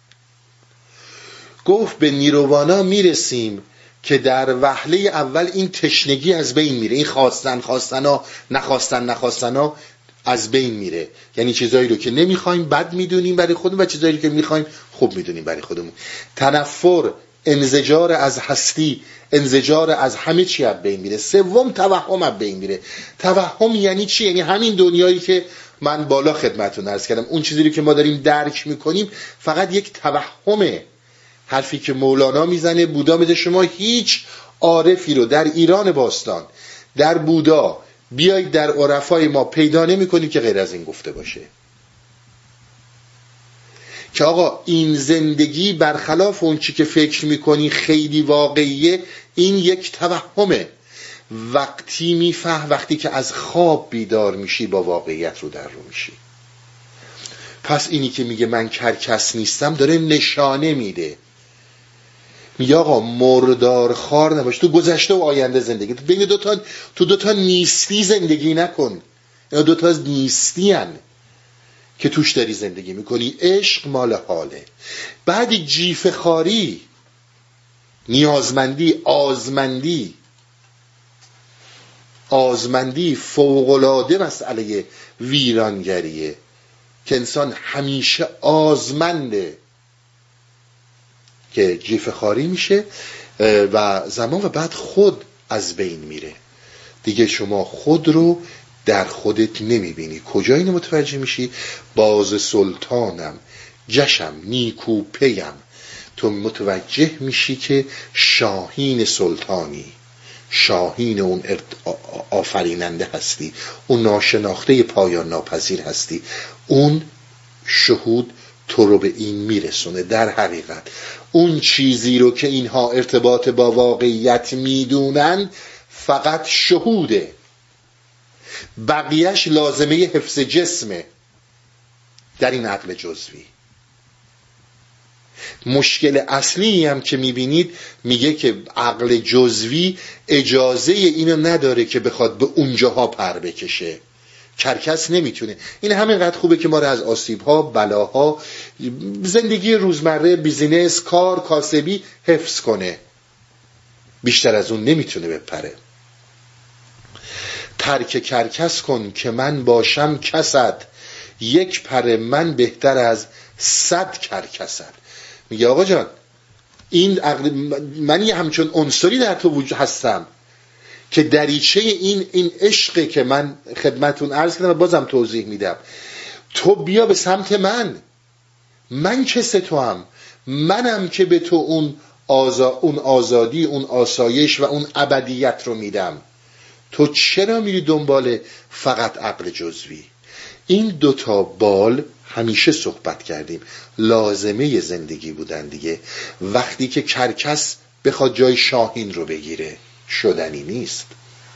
گفت به نیروانا میرسیم که در وهله اول این تشنگی از بین میره، این خواستن خواستن ها نخواستن نخواستن ها از بین میره. یعنی چیزایی رو که نمیخوایم بد میدونیم برای خودمون و چیزایی رو که میخوایم خوب میدونیم برای خودمون. تنفر، انزجار از هستی، انزجار از همه چی از بین میره. سوم توهم از بین میره. توهم یعنی چی؟ یعنی همین دنیایی که من بالا خدمتتون عرض کردم، اون چیزی رو که ما داریم درک میکنیم فقط یک توهمه. حرفی که مولانا میزنه، بودا میزنه، شما هیچ عارفی رو در ایران باستان، در بودا بیایید در عرفای ما پیدا نمی کنید که غیر از این گفته باشه که آقا این زندگی برخلاف اون چی که فکر میکنی خیلی واقعیه، این یک توهمه. وقتی میفهم وقتی که از خواب بیدار میشی با واقعیت رو در رو میشی. پس اینی که میگه من کرکس نیستم داره نشانه میده. میگه آقا مردار خار نباش، تو گذشته و آینده زندگی، تو بین دو تا تو دو تا نیستی زندگی نکن. اینا دو تا نیستی هن که توش داری زندگی میکنی. عشق مال حاله. بعد جیف خاری، نیازمندی، آزمندی آزمندی فوق‌العاده مسئله ویرانگریه که انسان همیشه آزمنده که جیف خاری میشه و زمان و بعد خود از بین میره دیگه. شما خود رو در خودت نمیبینی. کجا اینو متوجه میشی؟ باز سلطانم جشم نیکو پیم. تو متوجه میشی که شاهین سلطانی، شاهین اون آفریننده هستی، اون ناشناخته پایان ناپذیر هستی. اون شهود تو رو به این میرسونه. در حقیقت اون چیزی رو که اینها ارتباط با واقعیت میدونن فقط شهوده، بقیهش لازمه حفظ جسمه در این عقل جزوی. مشکل اصلی هم که میبینید میگه که عقل جزوی اجازه اینو نداره که بخواد به اونجاها پر بکشه. کرکس نمیتونه. این همینقدر خوبه که ما رو از آسیب‌ها، بلاها، زندگی روزمره، بیزینس، کار، کاسبی حفظ کنه. بیشتر از اون نمیتونه بپره. ترک کرکس کن که من باشم کست، یک پر من بهتر از صد کرکست. میگه آقا جان این عقل من یه همچون عنصری در تو وجود هستم که دریچه این این عشقه که من خدمتون عرض کردم و بازم توضیح میدم. تو بیا به سمت من، من کس تو هم، منم که به تو اون آزا اون آزادی، اون آسایش و اون ابدیت رو میدم. تو چرا میری دنبال فقط عقل جزوی؟ این دوتا بال همیشه صحبت کردیم لازمه زندگی بودن دیگه. وقتی که کرکس بخواد جای شاهین رو بگیره شدنی نیست.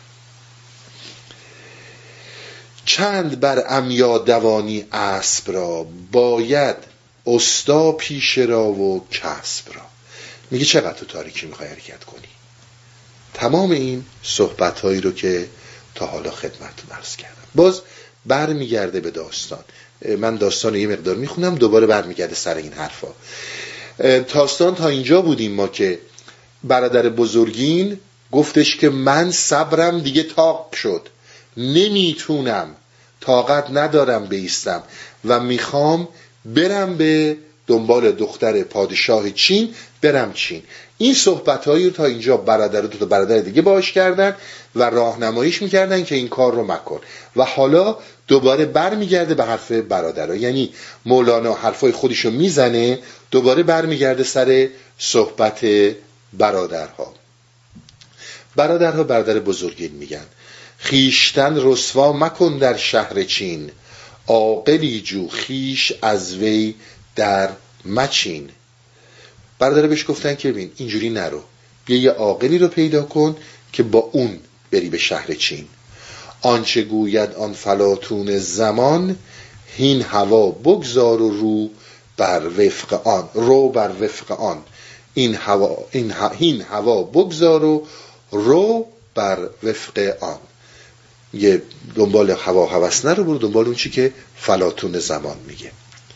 چند بر عمیا دوانی اسب را، باید استا پیش را و کسب را. میگه چقدر تو تاریکی میخوای حرکت کنی؟ تمام این صحبت هایی رو که تا حالا خدمتتون عرض کردم. باز بر میگرده به داستان. من داستان یه مقدار میخونم دوباره بر میگرده سر این حرفا. داستان تا اینجا بودیم ما که برادر بزرگین گفتش که من صبرم دیگه تاق شد، نمیتونم، طاقت ندارم بیستم و میخوام برم به دنبال دختر پادشاه چین، برم چین. این صحبت‌هایی رو تا اینجا برادر دو تا برادر دیگه باش کردن و راهنماییش میکردن که این کار رو مکن و حالا دوباره بر میگرده به حرف برادرها. یعنی مولانا حرفای خودشو میزنه دوباره بر میگرده سر صحبت برادرها. برادرها برادر بزرگین میگن خیشتن رسوا مکن در شهر چین، عاقلی جو خیش از وی در مچین. برادر بهش گفتن که ببین اینجوری نرو، بیا یه عاقلی رو پیدا کن که با اون بری به شهر چین. آنچه گوید آن فلاطون زمان، هین هوا بگذار و رو بر وفق آن، رو بر وفق آن. این هوا این هین هوا بگذار و رو بر وفق آن. یه دنبال هوا هوس نرو، برو دنبال اون چی که فلاطون زمان میگه.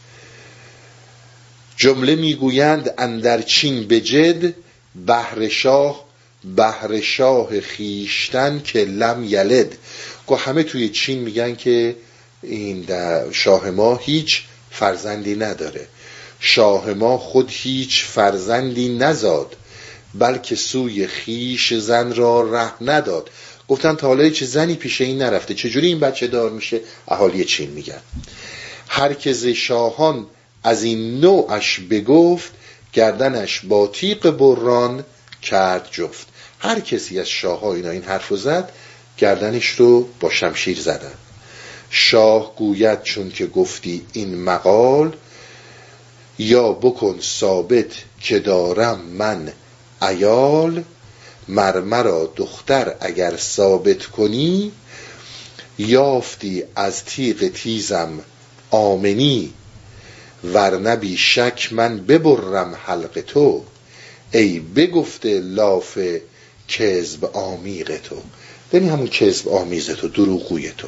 جمله میگویند اندر چین بجد، بهر شاه بهر شاه خیشتن که لم یلد. گو همه توی چین میگن که این شاه ما هیچ فرزندی نداره، شاه ما خود هیچ فرزندی نزاد، بلکه سوی خیش زن را ره نداد. گفتن تا حالا چه زنی پیش این نرفته، چجوری این بچه دار میشه؟ اهالی چین میگن هر که ز شاهان از این نوعش بگفت، گردنش با تیغ بران کرد جفت. هر کسی از شاه‌ها اینا این حرفو زد گردنش رو با شمشیر زدن. شاه گوید چون که گفتی این مقال، یا بکن ثابت که دارم من عیال، مرمرا دختر اگر ثابت کنی، یافتی از تیغ تیزم آمنی، ورنه بی شک من ببرم حلق تو، ای بگفته لاف کذب آمیق تو، یعنی همون کذب آمیز تو، دروغگوی تو.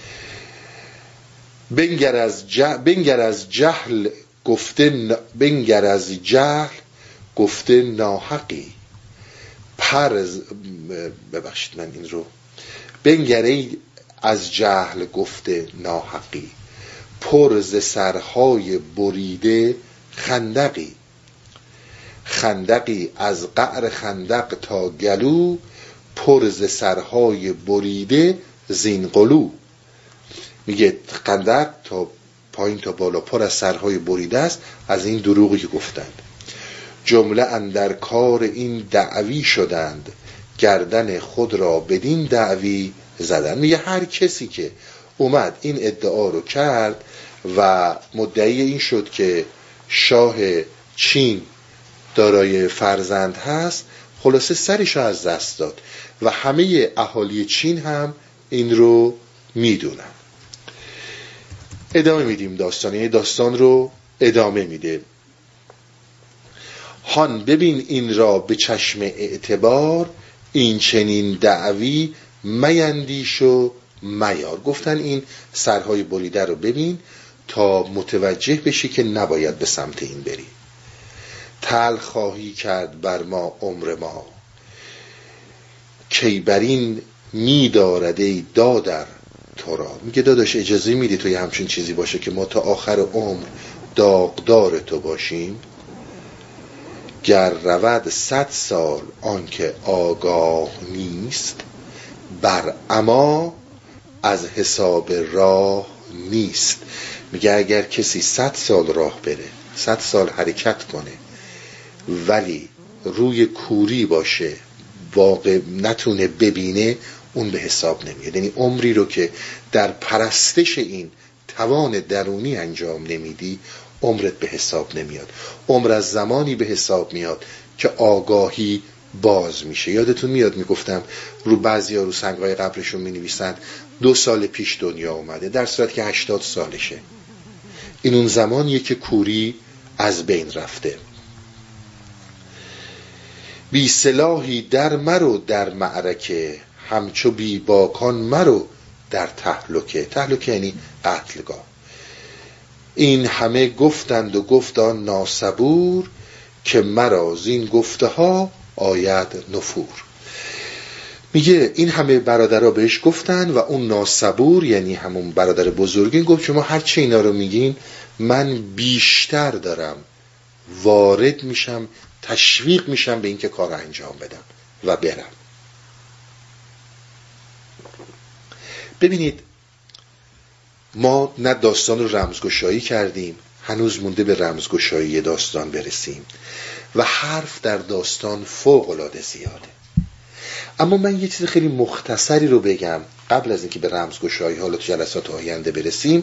بنگر از جهل, بنگر از جهل گفته ن... بنگر از جهل گفته ناحقی پر ببخشید من این رو بنگر از جهل گفته ناحقی پر ز سرهای بریده خندقی خندقی از قعر خندق تا گلو پر ز سرهای بریده زین قلو. میگه خندق تا پایین تا بالا پر از سرهای بریده است از این دروغی که گفتند. جمله اندر کار این دعوی شدند گردن خود را بدین دعوی زدن. میگه هر کسی که اومد این ادعا رو کرد و مدعی این شد که شاه چین دارای فرزند هست، خلاصه سرش رو از دست داد و همه اهالی چین هم این رو میدونن. ادامه میدیم داستان، یعنی داستان رو ادامه میده. هان ببین این را به چشم اعتبار این چنین دعوی میندیش و میار. گفتن این سرهای بریده رو ببین تا متوجه بشی که نباید به سمت این بری. تل خواهی کرد بر ما عمر ما کی بر این میدارد ای دادر تو را. میگه داداش اجازه میدی تو یه همچین چیزی باشه که ما تا آخر عمر داغدار تو باشیم؟ گر رود صد سال آنکه آگاه نیست بر اما از حساب راه نیست. میگه اگر کسی صد سال راه بره، صد سال حرکت کنه ولی روی کوری باشه، واقع نتونه ببینه، اون به حساب نمیاد. یعنی عمری رو که در پرستش این توان درونی انجام نمیدی عمرت به حساب نمیاد. عمر از زمانی به حساب میاد که آگاهی باز میشه. یادتون میاد میگفتم رو بعضیا رو سنگ‌های قبرشون مینویسن دو سال پیش دنیا اومده، در صورتی که هشتاد سالشه. این اون زمانیه که کوری از بین رفته. بی سلاحی در مرو در معرکه همچو بی باکان مرو در تهلکه. تهلکه یعنی قتلگاه. این همه گفتند و گفتان ناصبور که مرا زین گفته ها آید نفور. میگه این همه برادرها بهش گفتن و اون ناصبور یعنی همون برادر بزرگین گفت شما هر چه اینا رو میگین من بیشتر دارم وارد میشم، تشویق میشم به این که کار انجام بدم و برم. ببینید ما نه داستان رو رمزگشایی کردیم، هنوز مونده به رمزگشایی داستان برسیم و حرف در داستان فوق العاده زیاده. اما من یه چیز خیلی مختصری رو بگم قبل از اینکه به رمزگشایی حالا تو جلسات آینده برسیم.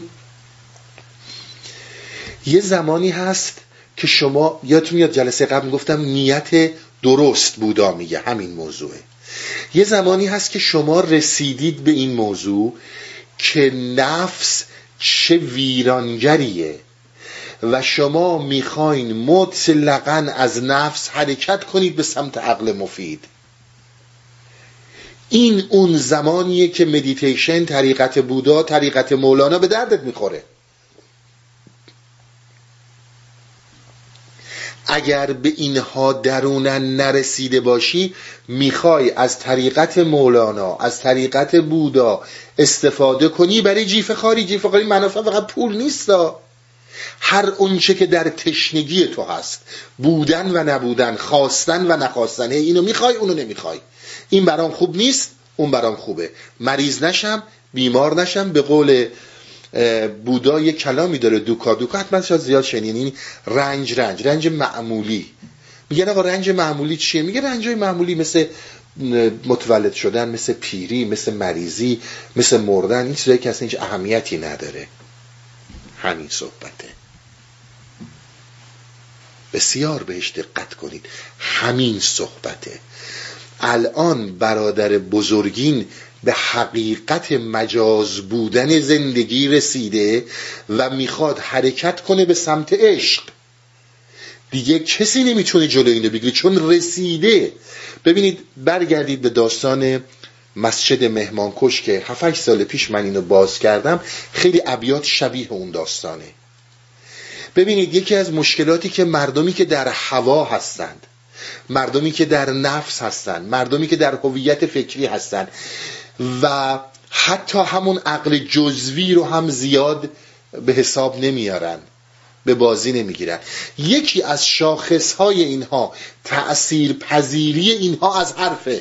یه زمانی هست که شما یادتون میاد جلسه قبل گفتم نیت درست بودا میگه همین موضوعه. یه زمانی هست که شما رسیدید به این موضوع که نفس چه ویرانگریه و شما میخواین مطلقاً از نفس حرکت کنید به سمت عقل مفید. این اون زمانیه که مدیتیشن، طریقت بودا، طریقت مولانا به دردت میخوره. اگر به اینها درونن نرسیده باشی میخوای از طریقت مولانا، از طریقت بودا استفاده کنی برای جیف خاری. جیف خاری منافع فقط پول نیستا، هر اونچه که در تشنگی تو هست، بودن و نبودن، خواستن و نخواستن، اینو میخوای اونو نمیخوای، این برام خوب نیست اون برام خوبه، مریض نشم بیمار نشم. به قول بودا یک کلامی داره دوکا دوکا، حتما شاید زیاد شنیدین، رنج رنج رنج معمولی. میگن آقا رنج معمولی چیه؟ میگه رنجای معمولی مثل متولد شدن، مثل پیری، مثل مریضی، مثل مردن، این چیزایی که اصلا هیچ اهمیتی نداره. همین صحبته. بسیار بهش دقت کنید، همین صحبته. الان برادر بزرگین به حقیقت مجاز بودن زندگی رسیده و میخواد حرکت کنه به سمت عشق. دیگه کسی نمیتونه جلوی اینو بگیره چون رسیده. ببینید برگردید به داستان مسجد مهمانکش که هفت هشت سال پیش من اینو باز کردم، خیلی ابیات شبیه اون داستانه. ببینید یکی از مشکلاتی که مردمی که در هوا هستند، مردمی که در نفس هستند، مردمی که در هویت فکری هستند و حتی همون عقل جزوی رو هم زیاد به حساب نمیارن، به بازی نمیگیرن. یکی از شاخصهای اینها تأثیر پذیری اینها از حرفه.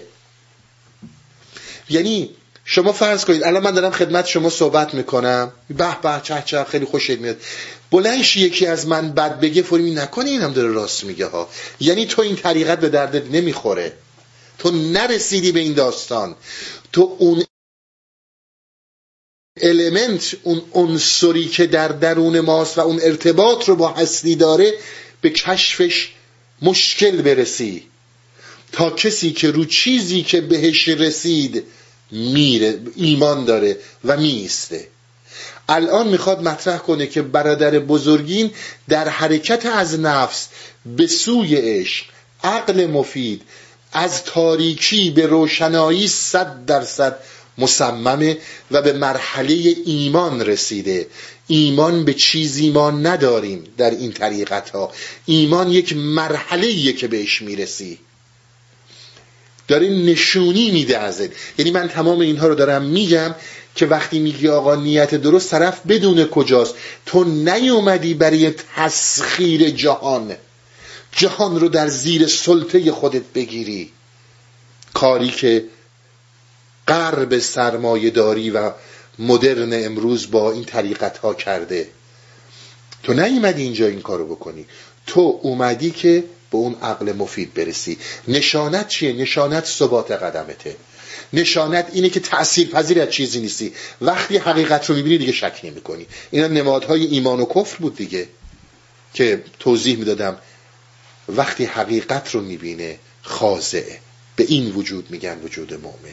یعنی شما فرض کنید الان من دارم خدمت شما صحبت میکنم، به به چه چه خیلی خوشت میاد، بلندش یکی از من بد بگه فوری نکنه اینم داره راست میگه ها، یعنی تو این طریقت به دردت نمیخوره، تو نرسیدی به این داستان، تو اون المنت، اون عنصری که در درون ماست و اون ارتباط رو با هستی داره به کشفش مشکل برسی، تا کسی که رو چیزی که بهش رسید میره، ایمان داره و میسته. الان میخواد مطرح کنه که برادر بزرگین در حرکت از نفس به سوی عشق، عقل مفید، از تاریکی به روشنایی صد درصد مصممه و به مرحله ایمان رسیده. ایمان به چیزی ما نداریم در این طریقت ها، ایمان یک مرحله‌ایه که بهش میرسی، داره نشونی میده ازت. یعنی من تمام اینها رو دارم میگم که وقتی میگی آقا نیت درست، طرف بدون کجاست. تو نیومدی برای تسخیر جهان، جهان رو در زیر سلطه خودت بگیری، کاری که غرب سرمایه‌داری و مدرن امروز با این طریقت ها کرده. تو نیومدی اینجا این کارو بکنی، تو اومدی که به اون عقل مفید برسی. نشانت چیه؟ نشانت ثبات قدمته، نشانت اینه که تأثیر پذیر از چیزی نیستی. وقتی حقیقت رو میبینی دیگه شک نمی کنی. اینا نمادهای ایمان و کفر بود دیگه که توضیح میدادم. وقتی حقیقت رو میبینه خاضعه. به این وجود میگن وجود مؤمن.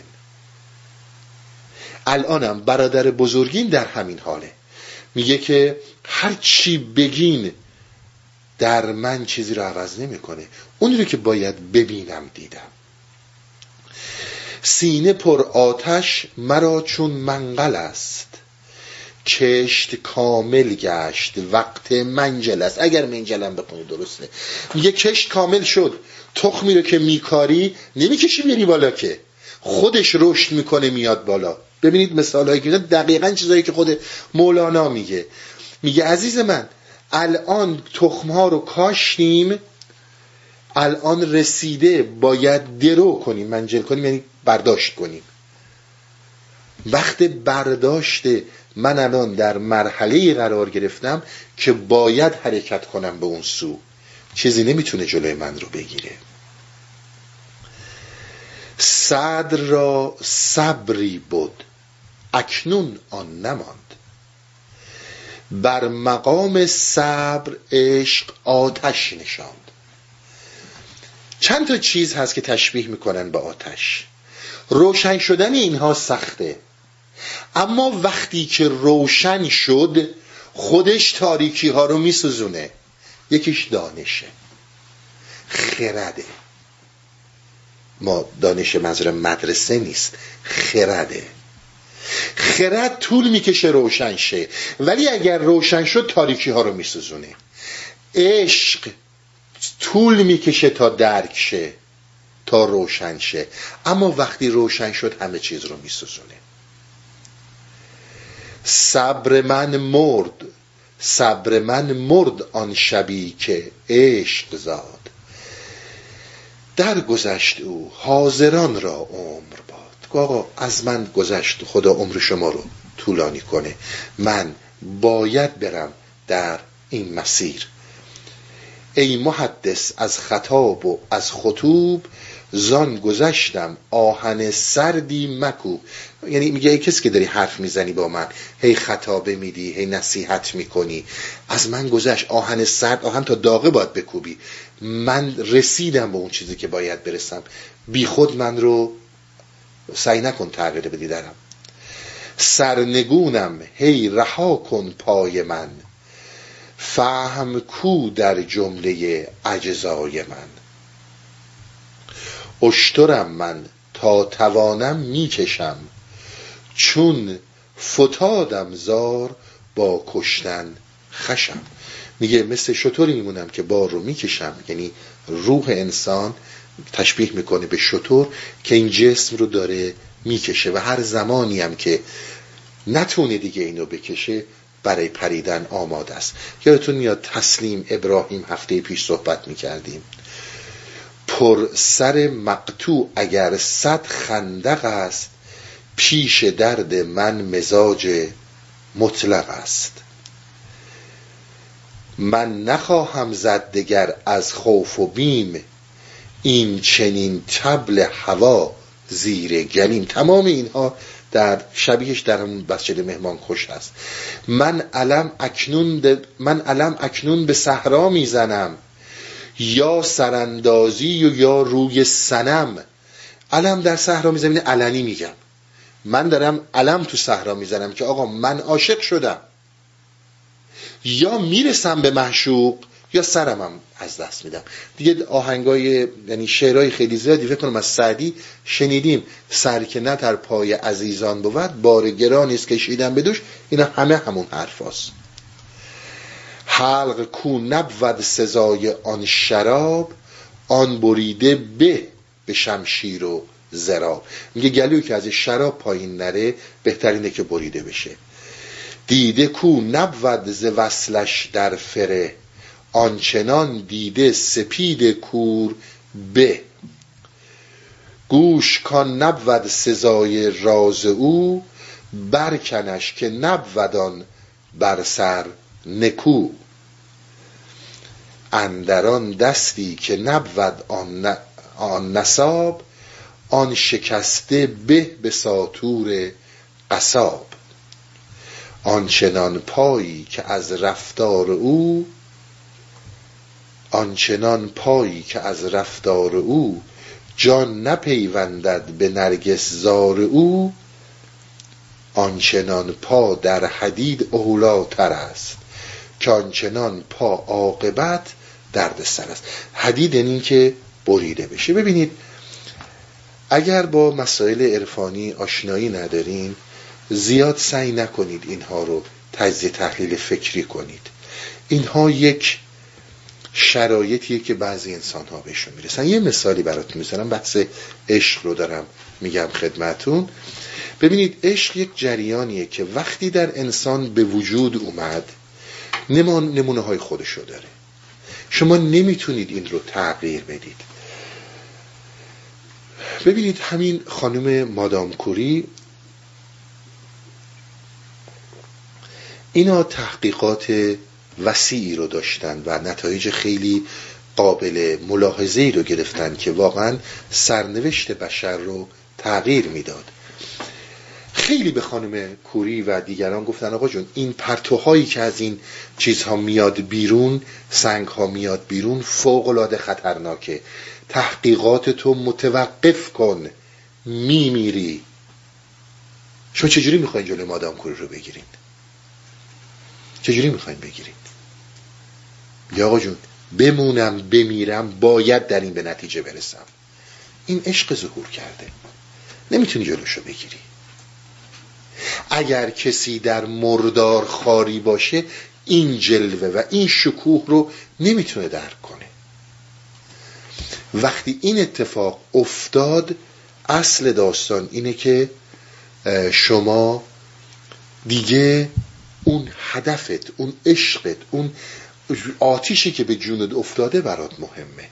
الانم برادر بزرگین در همین حاله، میگه که هر چی بگین در من چیزی رو عوض نمیکنه، اون رو که باید ببینم دیدم. سینه پر آتش مرا چون منقل است، کشت کامل گشت وقت منجل است. اگر منجلم بخونی درسته، میگه کشت کامل شد، تخمی رو که میکاری نمیکشی بیاری بالا، که خودش رشد میکنه میاد بالا. ببینید مثال هایی که دقیقاً چیزایی که خود مولانا میگه. میگه عزیز من الان تخم ها رو کاشتیم، الان رسیده، باید درو کنیم، منجل کنیم، یعنی برداشت کنیم. وقت برداشت من الان در مرحله قرار گرفتم که باید حرکت کنم به اون سو. چیزی نمیتونه جلوی من رو بگیره. صدر را صبری بود اکنون آن نماند، بر مقام صبر عشق آتش نشاند. چند تا چیز هست که تشبیه میکنن با آتش. روشن شدن اینها سخته، اما وقتی که روشن شد خودش تاریکی ها رو میسوزونه. یکیش دانشه، خرده. ما دانش منظور مدرسه نیست، خرده. خرد طول میکشه روشن شه، ولی اگر روشن شد تاریکی ها رو میسوزونه. عشق طول میکشه تا درک شه، تا روشن شه، اما وقتی روشن شد همه چیز رو میسوزونه. صبر من مرد، صبر من مرد آن شبی که عشق زاد، در گذشت او حاضران را عمر باد. آقا از من گذشت، خدا عمر شما رو طولانی کنه، من باید برم در این مسیر. ای محدث از خطاب و از خطوب، زان گذشتم آهن سردی مکو. یعنی میگه ای کسی که داری حرف میزنی با من، هی خطابه میدی، هی نصیحت میکنی، از من گذشت آهن سرد، آهن تا داغه باید بکوبی. من رسیدم به اون چیزی که باید برسم، بی خود من رو سعی نکن تغییر بدی درم. سرنگونم هی رها کن پای من، فهم کو در جمله اجزای من. اشترم من تا توانم میکشم، چون فتادم زار با کشتن خشم. میگه مثل شتری میمونم که بار رو میکشم، یعنی روح انسان تشبیه میکنه به شتر که این جسم رو داره میکشه و هر زمانی هم که نتونه دیگه اینو بکشه برای پریدن آماده است. یادتون میاد تسلیم ابراهیم هفته پیش صحبت میکردیم، پر سر مقطوع اگر صد خندق است، پیش درد من مزاج مطلق است. من نخواهم زد دگر از خوف و بیم، این چنین طبل هوا زیر گلیم. تمام اینها در شبیهش در همون مسجد مهمان خوش هست. من علم اکنون به من علم اکنون به صحرا میزنم، یا سراندازی و یا روی صنم. علم در صحرا میزنم، علنی میگم من دارم علم تو صحرا میزنم که آقا من عاشق شدم، یا میرسم به معشوق یا سرمم از دست میدم. دیگه آهنگای یعنی شعرهای خیلی زیادی فکر کنم از سعدی شنیدیم، سر که نه در پای عزیزان بود، بار گرانی است کشیدن به دوش. اینا همه همون حرفاست. حلق کو نبود سزای آن شراب، آن بریده به به شمشیر و ضراب. میگه گلویی که از شراب پایین نره بهترینه که بریده بشه. دیده کو نبود ز وصلش در فره، آنچنان دیده سپید کور به. گوش کان نبود سزای راز او، برکنش که نبودان بر سر نکو. اندران دستی که نبود آن, آن نصاب، آن شکسته به به ساطور قصاب. آنچنان پایی که از رفتار او، آنچنان پایی که از رفتار او، جان نپیوندد به نرگس زار او. آنچنان پا در حدید اولاتر است، که آنچنان پا عاقبت درد سر است. حدید یعنی که بریده بشه. ببینید اگر با مسائل عرفانی آشنایی ندارین زیاد سعی نکنید اینها رو تجزیه تحلیل فکری کنید. اینها یک شرایطیه که بعضی انسان ها بهشون میرسن. یه مثالی براتون میزنم، بحث عشق رو دارم میگم خدمتون. ببینید عشق یک جریانیه که وقتی در انسان به وجود اومد نمونه های خودشو داره. شما نمیتونید این رو تغییر بدید. ببینید همین خانم مادام کوری، اینا تحقیقات وسیعی رو داشتن و نتایج خیلی قابل ملاحظه‌ای رو گرفتن که واقعا سرنوشت بشر رو تغییر میداد. خیلی به خانم کوری و دیگران گفتن آقا جون این پرتوهایی که از این چیزها میاد بیرون، سنگها میاد بیرون، فوق‌العاده خطرناکه. تحقیقات تو متوقف کن، میمیری. شما چجوری میخواین جلوی مادام کوری رو بگیرین؟ چجوری میخواین بگیرین؟ یا آقا جون بمونم بمیرم باید در این به نتیجه برسم. این عشق ظهور کرده، نمیتونی جلوشو بگیری. اگر کسی در مردار خاری باشه این جلوه و این شکوه رو نمیتونه درک کنه. وقتی این اتفاق افتاد اصل داستان اینه که شما دیگه اون هدفت، اون عشقت، اون آتیشی که به جونت افتاده برات مهمه.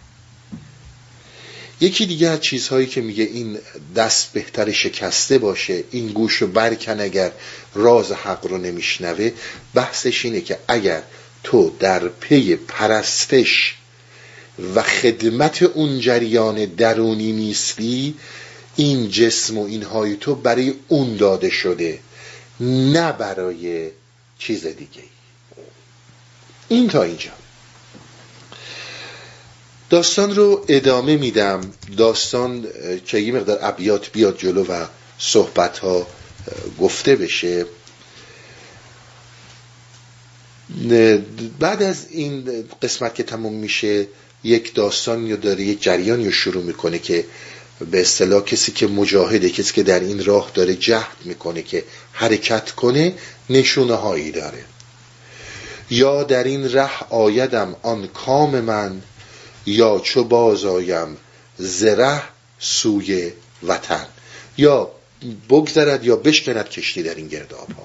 یکی دیگه از چیزهایی که میگه این دست بهتر شکسته باشه، این گوشو برکن اگر راز حق رو نمیشنوه. بحثش اینه که اگر تو در پی پرستش و خدمت اون جریان درونی نیستی، این جسم و اینهای تو برای اون داده شده، نه برای چیز دیگه. این تا اینجا. داستان رو ادامه میدم. داستان که یه مقدار ابیات بیاد جلو و صحبت ها گفته بشه. بعد از این قسمت که تموم میشه یک داستان یا داره یک جریان یا شروع میکنه که به اصطلاح کسی که مجاهده، کسی که در این راه داره جهد میکنه که حرکت کنه، نشونه هایی داره. یا در این ره آیدم آن کام من، یا چو باز آیم ز ره سوی وطن. یا بگذرد یا بشکند کشتی در این گرداب ها.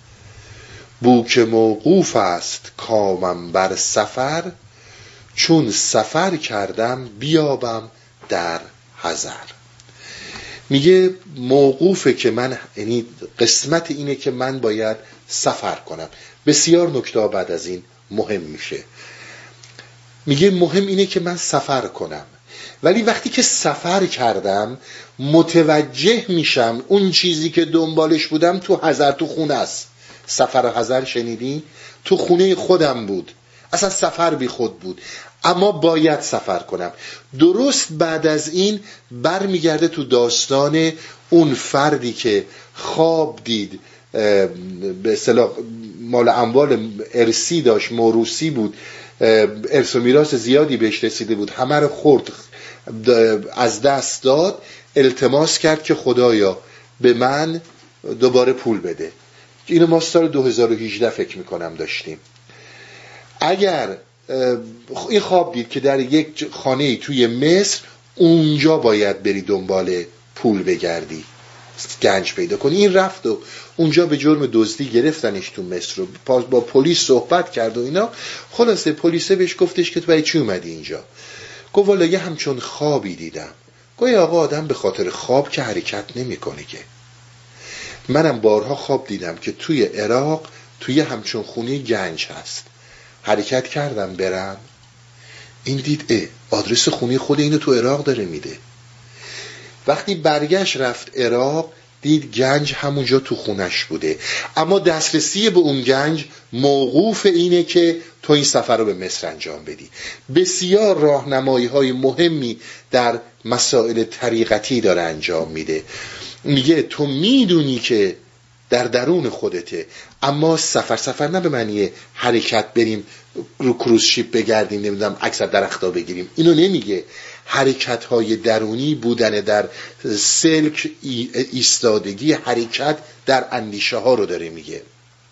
بو که موقوف است کامم بر سفر، چون سفر کردم بیابم در حضر. میگه موقوفه که من، یعنی قسمت اینه که من باید سفر کنم. بسیار نکته بعد از این مهم میشه. میگه مهم اینه که من سفر کنم، ولی وقتی که سفر کردم متوجه میشم اون چیزی که دنبالش بودم تو حضر، تو خونه است. سفر حضر شنیدی؟ تو خونه خودم بود، اصلا سفر بی خود بود، اما باید سفر کنم. درست بعد از این بر میگرده تو داستان اون فردی که خواب دید، به اصطلاح مال اموال ارثی داشت، موروثی بود، ارث و میراث زیادی بهش رسیده بود، همه رو خورد، از دست داد، التماس کرد که خدایا به من دوباره پول بده. اینو ما سال دو هزار و هجده فکر میکنم داشتیم. اگر این خواب دید که در یک خانه توی مصر اونجا باید بری دنبال پول بگردی، گنج پیدا کنی. این رفت و اونجا به جرم دزدی گرفتنش تو مصر و با پلیس صحبت کرد و اینا. خلاصه پلیس بهش گفتش که تو برای چی اومدی اینجا؟ گفت والا یه همچون خوابی دیدم. گفت آقا آدم به خاطر خواب که حرکت نمیکنه که. منم بارها خواب دیدم که توی عراق توی همچون خونه گنج هست، حرکت کردم برم. این دید اه آدرس خونه خود اینو تو عراق داره میده. وقتی برگشت رفت عراق دید گنج همونجا تو خونش بوده، اما دسترسی به اون گنج موقوف اینه که تو این سفر رو به مصر انجام بدی. بسیار راهنمایی های مهمی در مسائل طریقتی داره انجام میده. میگه تو میدونی که در درون خودته، اما سفر سفر نه به معنی حرکت بریم رو کروز شیپ بگردیم نمیدونم عکس درختا بگیریم، اینو نمیگه. حرکت های درونی بودن در سلک، ایستادگی، حرکت در اندیشه ها رو داره میگه.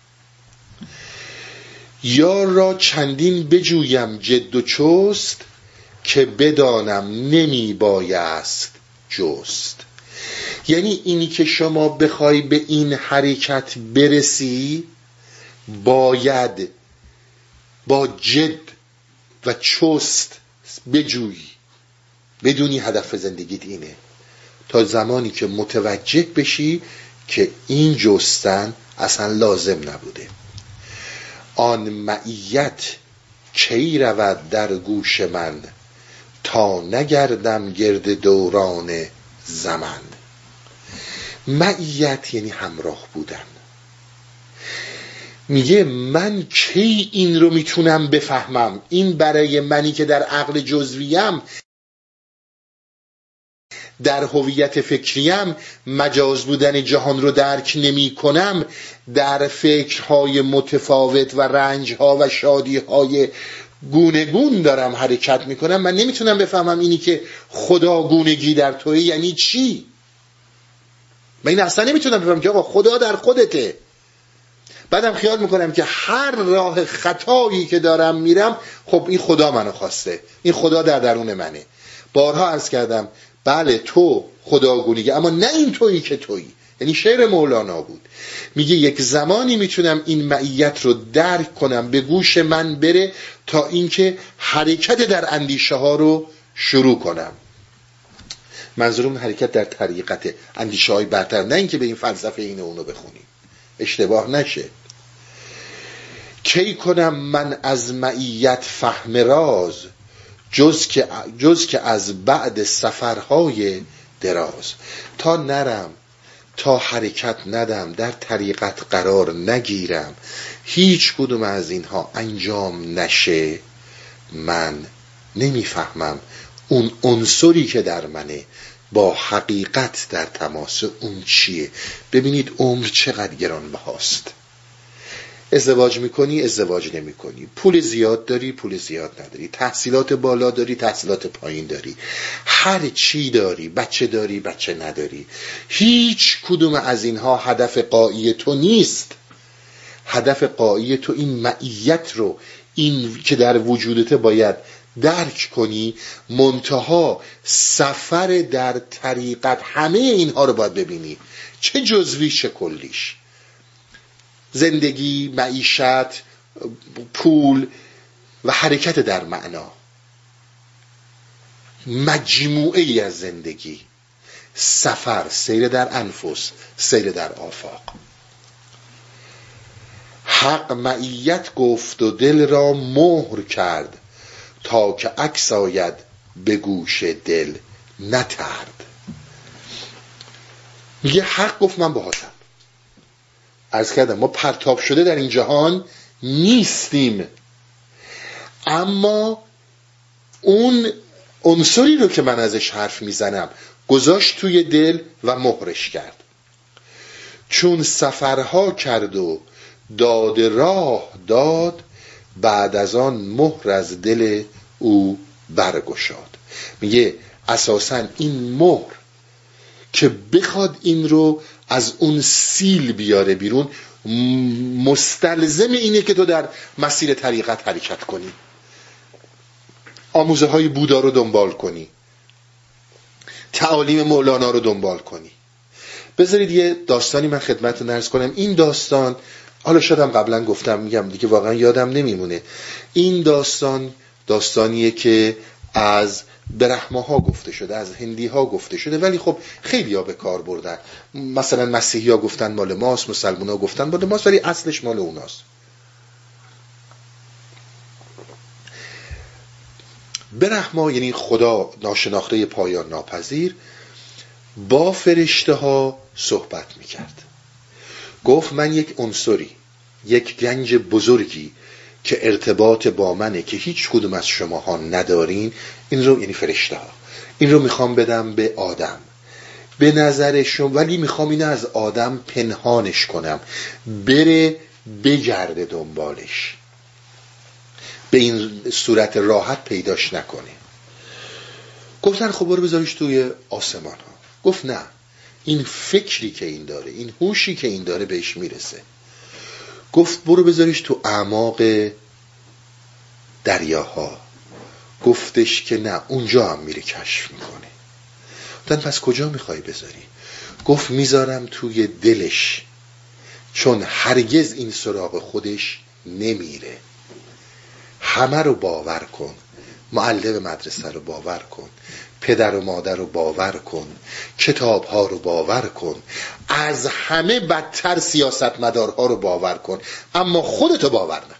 یار را چندین بجویم جد و چست، که بدانم نمی بایست جست. یعنی اینی که شما بخوای به این حرکت برسی باید با جد و چست بجویی، بدونی هدف زندگیت اینه، تا زمانی که متوجه بشی که این جستن اصلا لازم نبوده. آن معیت کی رود در گوش من، تا نگردم گرد دوران زمن. معیت یعنی همراه بودن. میگه من کی این رو میتونم بفهمم؟ این برای منی که در عقل جزویم، در هویت فکریم مجاز بودن جهان رو درک نمی کنم، در فکرهای متفاوت و رنجها و شادیهای گونه گون دارم حرکت میکنم، من نمیتونم بفهمم اینی که خدا گونگی در توی یعنی چی. من این اصلا نمیتونم بفهمم که آقا خدا در خودته. بعدم خیال میکنم که هر راه خطایی که دارم میرم، خب این خدا منو خواسته، این خدا در درون منه. بارها عرض کردم بله تو خداگونیه، اما نه این تویی که تویی. یعنی شعر مولانا بود، میگه یک زمانی میتونم این معیت رو درک کنم، به گوش من بره، تا اینکه حرکت در اندیشه ها رو شروع کنم. منظورم حرکت در طریقت اندیشه های برتر، نه اینکه به این فلسفه اینو اونو بخونیم، اشتباه نشه. کی کنم من از معیت فهم راز، جز که, جز که از بعد سفرهای دراز. تا نرم، تا حرکت ندم، در طریقت قرار نگیرم، هیچ کدوم از اینها انجام نشه، من نمیفهمم اون عنصری که در منه با حقیقت در تماس اون چیه. ببینید عمر چقدر گرانبهاست. ازدواج میکنی، ازدواج نمیکنی، پول زیاد داری، پول زیاد نداری، تحصیلات بالا داری، تحصیلات پایین داری، هر چی داری، بچه داری، بچه نداری، هیچ کدوم از اینها هدف غایی تو نیست. هدف غایی تو این معیت رو، این که در وجودت باید درک کنی، منتها سفر در طریقت همه اینها رو باید ببینی، چه جزوی چه کلیش، زندگی، معیشت، پول و حرکت در معنا، مجموعه ای از زندگی، سفر، سیر در انفس، سیر در آفاق. حق معیت گفت و دل را مهر کرد، تا که عکس آید به گوش دل نترد. میگه حق گفت من باهاتم. عرض کردم ما پرتاب شده در این جهان نیستیم، اما اون عنصری رو که من ازش حرف میزنم گذاشت توی دل و مهرش کرد. چون سفرها کرد و داد راه داد، بعد از آن مهر از دل او برگشاد. میگه اساساً این مهر که بخواد این رو از اون سیل بیاره بیرون، مستلزم اینه که تو در مسیر طریقت حرکت کنی، آموزه های بودا رو دنبال کنی، تعالیم مولانا رو دنبال کنی. بذارید یه داستانی من خدمتتون عرض کنم. این داستان حالا شاید هم قبلا گفتم، میگم دیگه واقعا یادم نمیمونه. این داستان داستانیه که از برهماها گفته شده، از هندی ها گفته شده، ولی خب خیلی ها به کار بردن. مثلا مسیحی ها گفتن مال ماست، مسلمان ها گفتن مال ماست، ولی اصلش مال اوناست. برهما یعنی خدا ناشناخته پایان ناپذیر با فرشته ها صحبت میکرد. گفت من یک عنصری، یک گنج بزرگی که ارتباط با منه که هیچ کدوم از شماها ندارین، این رو، یعنی فرشته ها، این رو میخوام بدم به آدم به نظر شما، ولی میخوام اینو از آدم پنهانش کنم، بره بگرده دنبالش، به این صورت راحت پیداش نکنه. گفتن خب برو بذاریش توی آسمان ها. گفت نه، این فکری که این داره، این هوشی که این داره بهش میرسه. گفت برو بذاریش تو اعماق دریاها. گفتش که نه، اونجا هم میره کشف میکنه. گفتن پس کجا میخوای بذاری؟ گفت میذارم توی دلش، چون هرگز این سراغ خودش نمیره. همه رو باور کن، معلم مدرسه رو باور کن، پدر و مادر رو باور کن، کتاب ها رو باور کن، از همه بدتر سیاستمدارها رو باور کن، اما خودتو باور نکن.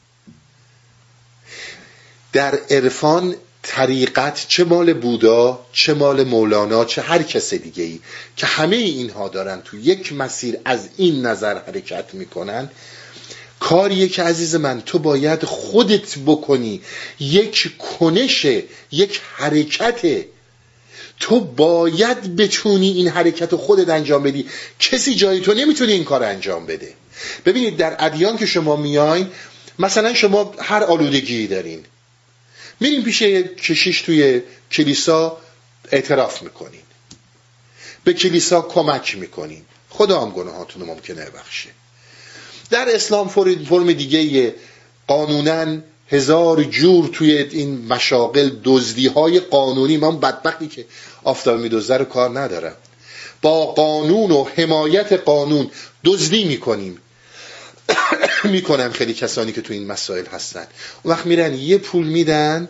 در عرفان طریقت، چه مال بودا، چه مال مولانا، چه هر کس دیگه ای که همه اینها دارن تو یک مسیر از این نظر حرکت میکنن، کاریه که عزیز من تو باید خودت بکنی. یک کنش، یک حرکت، تو باید بتونی این حرکت رو خودت انجام بدی. کسی جای تو نمیتونه این کار انجام بده. ببینید در ادیان که شما میاین، مثلا شما هر آلودگی دارین، میرین پیش کشیش توی کلیسا اعتراف میکنین، به کلیسا کمک میکنین، خدا هم گناهاتون رو ممکنه ببخشه. در اسلام فرم دیگه قانوناً هزار جور توی این مشاغل دزدی های قانونی، من بدبختی که آفتاب میدزده رو کار ندارم، با قانون و حمایت قانون دزدی میکنیم میکنن خیلی کسانی که تو این مسائل هستن. اون وقت میرن یه پول میدن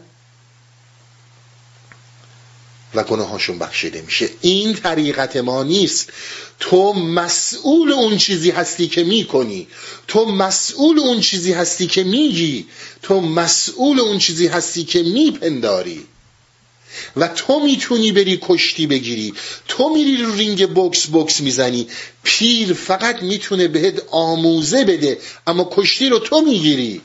و گناهاشون بخشیده میشه. این طریقت ما نیست. تو مسئول اون چیزی هستی که میکنی، تو مسئول اون چیزی هستی که میگی، تو مسئول اون چیزی هستی که میپنداری و تو میتونی بری کشتی بگیری. تو میری رو رینگ بوکس بوکس میزنی، پیر فقط میتونه بهت آموزه بده، اما کشتی رو تو میگیری.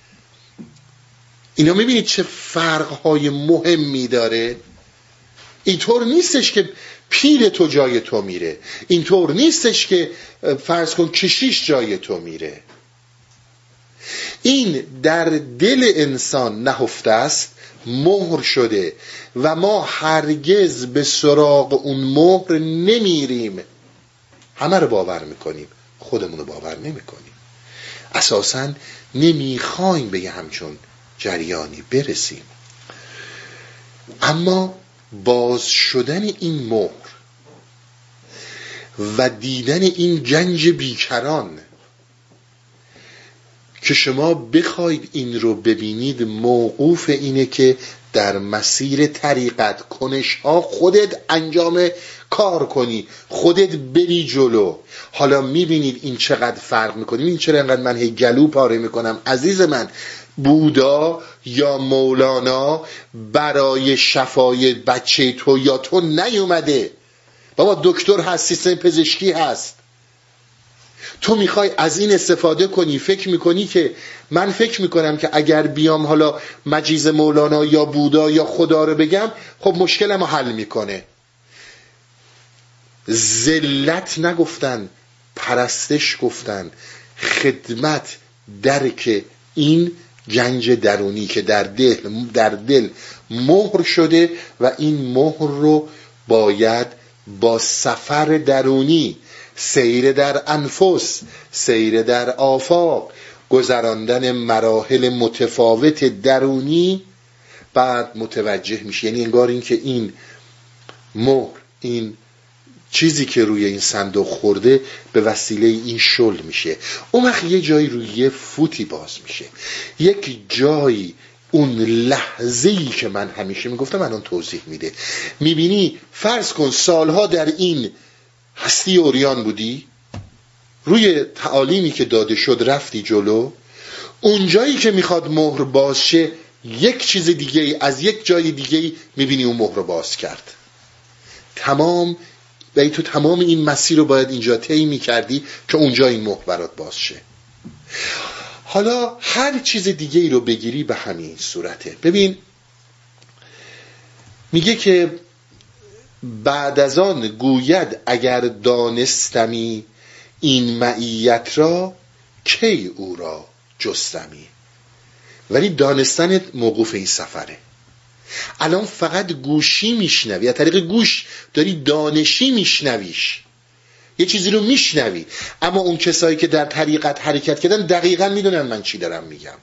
اینا میبینید چه فرقهای مهمی داره. اینطور نیستش که پیر تو جای تو میره، اینطور نیستش که فرض کن کشیش جای تو میره. این در دل انسان نهفته است، مهر شده و ما هرگز به سراغ اون مهر نمیریم. همه رو باور میکنیم، خودمون رو باور نمیکنیم. اساساً نمیخوایم به یه همچون جریانی برسیم. اما باز شدن این مهر و دیدن این گنج بیکران که شما بخواید این رو ببینید، موقوف اینه که در مسیر طریقت کنش ها خودت انجام کار کنی، خودت بری جلو. حالا میبینید این چقدر فرق میکنه. این چرا انقدر من هی گلو پاره میکنم؟ عزیز من، بودا یا مولانا برای شفای بچه تو یا تو نیومده. بابا دکتر هست، سیستم پزشکی هست، تو میخوای از این استفاده کنی. فکر میکنی که من فکر میکنم که اگر بیام حالا مجیز مولانا یا بودا یا خدا رو بگم، خب مشکلمو حل میکنه. ذلت نگفتن، پرستش گفتن، خدمت، درک این گنج درونی که در دل در دل مهر شده و این مهر رو باید با سفر درونی، سیر در انفس، سیر در آفاق، گذراندن مراحل متفاوت درونی، بعد متوجه میشه. یعنی انگار این که این مهر، این چیزی که روی این صندوق خورده به وسیله این شل میشه. اون وقت یه جایی روی یه فوتی باز میشه، یک جایی اون لحظه‌ای که من همیشه میگفتم الان توضیح میده. میبینی فرض کن سالها در این هستی اوریان بودی، روی تعالیمی که داده شد رفتی جلو، اون جایی که میخواد مهر باز شه یک چیز دیگه ای از یک جای دیگه ای میبینی اون مهر رو باز کرد. تمام و تو تمام این مسیر رو باید اینجا طی میکردی که اونجا این مهر برات باز شه. حالا هر چیز دیگه ای رو بگیری به همین صورته. ببین میگه که بعد از آن گوید اگر دانستمی این معیت را کی او را جستمی. ولی دانستن موقوف این سفره. الان فقط گوشی میشنوی، از طریق گوش داری دانشی میشنویش، یه چیزی رو میشنوی. اما اون کسایی که در طریقت حرکت کردن دقیقاً میدونن من چی دارم میگم.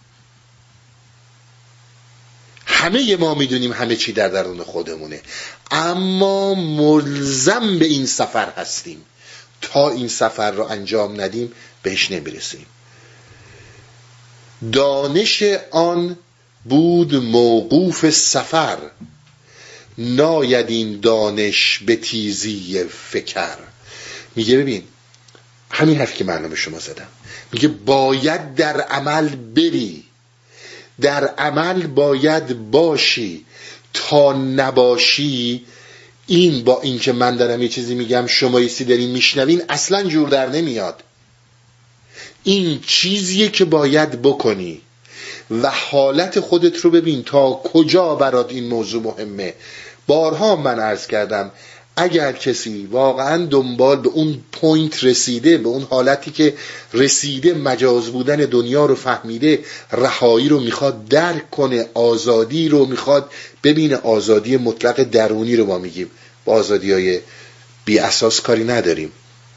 همه ما میدونیم همه چی در درون خودمونه، اما ملزم به این سفر هستیم. تا این سفر رو انجام ندیم بهش نمیرسیم. دانش آن بود موقوف سفر، ناید این دانش به تیزی فکر. میگه ببین همین حرفی که من به شما زدم، میگه باید در عمل بری، در عمل باید باشی. تا نباشی این با این که من دارم یه چیزی میگم شما یه چیزی دارین میشنوین اصلا جور در نمیاد. این چیزیه که باید بکنی و حالت خودت رو ببین تا کجا برات این موضوع مهمه. بارها من عرض کردم اگر کسی واقعا دنبال به اون پوینت رسیده، به اون حالتی که رسیده، مجاز بودن دنیا رو فهمیده، رهایی رو میخواد درک کنه، آزادی رو میخواد ببینه، آزادی مطلق درونی رو ما میگیم، با آزادی های بی اساس کاری نداریم،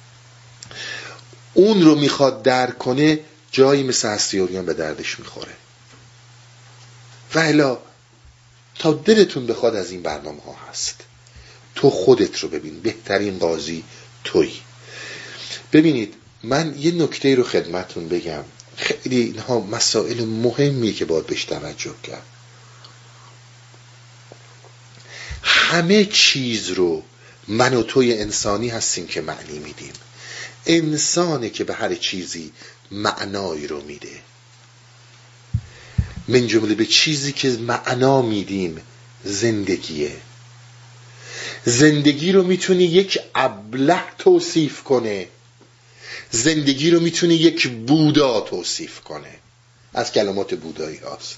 اون رو میخواد درک کنه، جایی مثل هستی اوریان به دردش میخوره. و الا تا دلتون بخواد از این برنامه ها هست. تو خودت رو ببین، بهترین قاضی تویی. ببینید من یه نکته رو خدمتون بگم، خیلی اینها مسائل مهمیه که باید بهش توجه کرد. همه چیز رو من و توی انسانی هستیم که معنی میدیم. انسانه که به هر چیزی معنایی رو میده. من جمله به چیزی که معنا میدیم زندگیه. زندگی رو میتونی یک ابله توصیف کنه، زندگی رو میتونی یک بودا توصیف کنه، از کلمات بودایی هاست.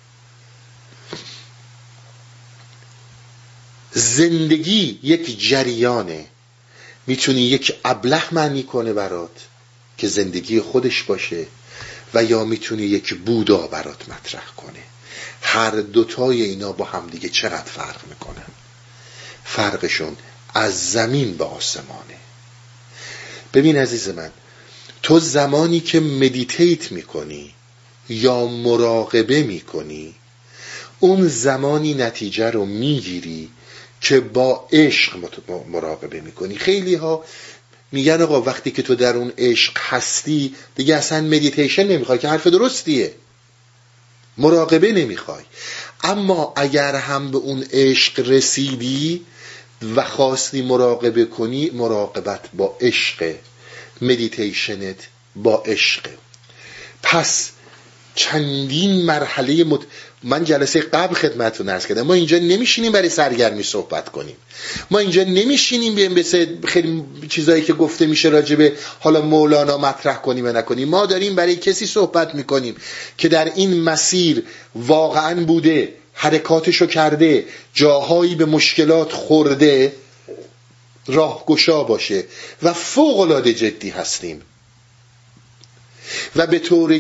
زندگی یک جریانه، میتونی یک ابله معنی کنه برات که زندگی خودش باشه، و یا میتونه یک بودا برات مطرح کنه. هر دوتای اینا با هم دیگه چقدر فرق میکنن؟ فرقشون از زمین به آسمانه. ببین عزیز من، تو زمانی که مدیتیت میکنی یا مراقبه میکنی، اون زمانی نتیجه رو میگیری که با عشق مراقبه میکنی. خیلی ها میگن آقا وقتی که تو در اون عشق هستی دیگه اصلا مدیتیشن نمیخوای، که حرف درستیه، مراقبه نمیخوای. اما اگر هم به اون عشق رسیدی و خواستی مراقبه کنی، مراقبت با عشق، مدیتیشنت با عشق. پس چندین مرحله مت... من جلسه قبل خدمتتون عرض کردم، ما اینجا نمیشینیم برای سرگرمی صحبت کنیم، ما اینجا نمیشینیم بیایم مثل خیلی چیزایی که گفته میشه راجبه حالا مولانا مطرح کنیم و نکنیم. ما داریم برای کسی صحبت میکنیم که در این مسیر واقعا بوده، حرکاتشو کرده، جاهایی به مشکلات خورده، راهگشا باشه و فوق العاده جدی هستیم و به طور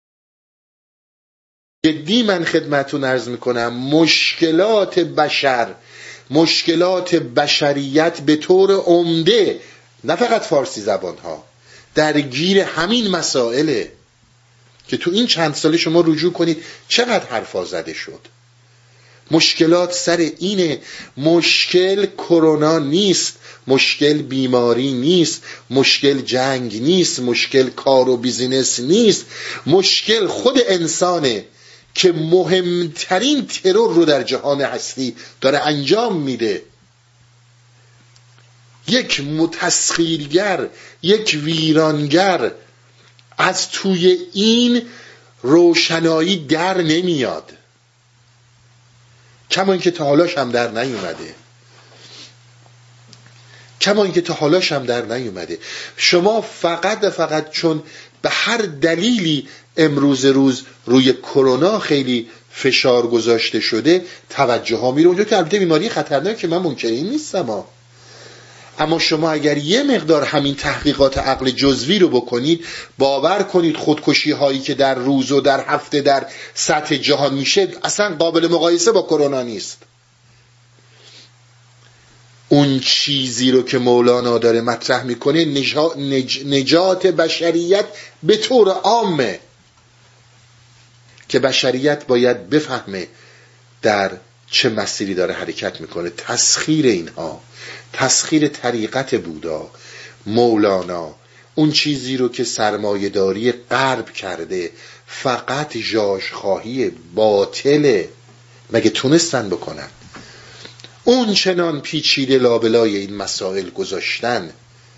جدی من خدمتون عرض میکنم مشکلات بشر، مشکلات بشریت به طور عمده، نه فقط فارسی زبان ها، درگیر همین مسائله که تو این چند ساله شما رجوع کنید چقدر حرفا زده شد. مشکلات سر اینه. مشکل کرونا نیست، مشکل بیماری نیست، مشکل جنگ نیست، مشکل کار و بیزینس نیست، مشکل خود انسانه که مهمترین ترور رو در جهان هستی داره انجام میده. یک متسخیرگر، یک ویرانگر از توی این روشنایی در نمیاد، کما اینکه تا حالاش هم در نیومده، کما اینکه تا حالاش هم در نیومده. شما فقط و فقط چون به هر دلیلی امروز روز روی کرونا خیلی فشار گذاشته شده، توجه ها میره اونجا، که البته بیماری خطرناکه که من منکر این نیستم ها. اما شما اگر یه مقدار همین تحقیقات عقل جزوی رو بکنید، باور کنید خودکشی هایی که در روز و در هفته در سطح جهان میشه اصلا قابل مقایسه با کرونا نیست. اون چیزی رو که مولانا داره مطرح میکنه نج... نجات بشریت به طور عامه، که بشریت باید بفهمه در چه مسیری داره حرکت میکنه. تسخیر اینها، تسخیر طریقت بودا، مولانا، اون چیزی رو که سرمایه‌داری غرب کرده فقط ژاژخواهی باطله. مگه تونستن بکنن؟ اون چنان پیچیده لابلای این مسائل گذاشتن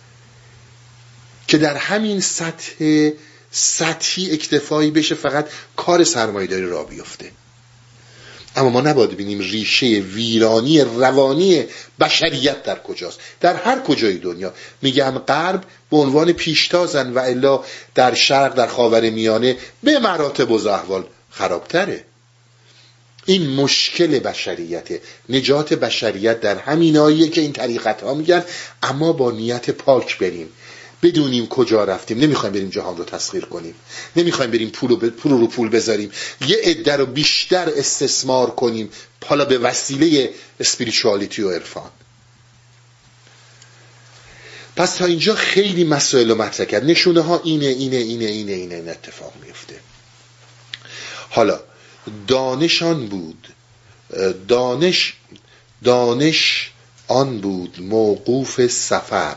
که در همین سطح سطحی اکتفایی بشه فقط کار سرمایه‌داری را بیفته. اما ما نباید ببینیم ریشه ویرانی روانی بشریت در کجاست. در هر کجای دنیا، میگم غرب به عنوان پیشتازن و الا در شرق، در خاورمیانه به مراتب و احوال خرابتره. این مشکل بشریته. نجات بشریت در همیناییه که این طریقت ها میگن، اما با نیت پاک بریم، بدونیم کجا رفتیم. نمیخوایم بریم جهان رو تسخیر کنیم، نمیخوایم بریم پول رو, پول رو پول بذاریم، یه عده رو بیشتر استثمار کنیم حالا به وسیله اسپریچوالیتی و عرفان. پس تا اینجا خیلی مسائل رو مطرح کرد. نشونه ها اینه اینه اینه اینه اینه, اینه اتفاق میفته. حالا دانش آن بود، دانش دانش آن بود موقوف سفر،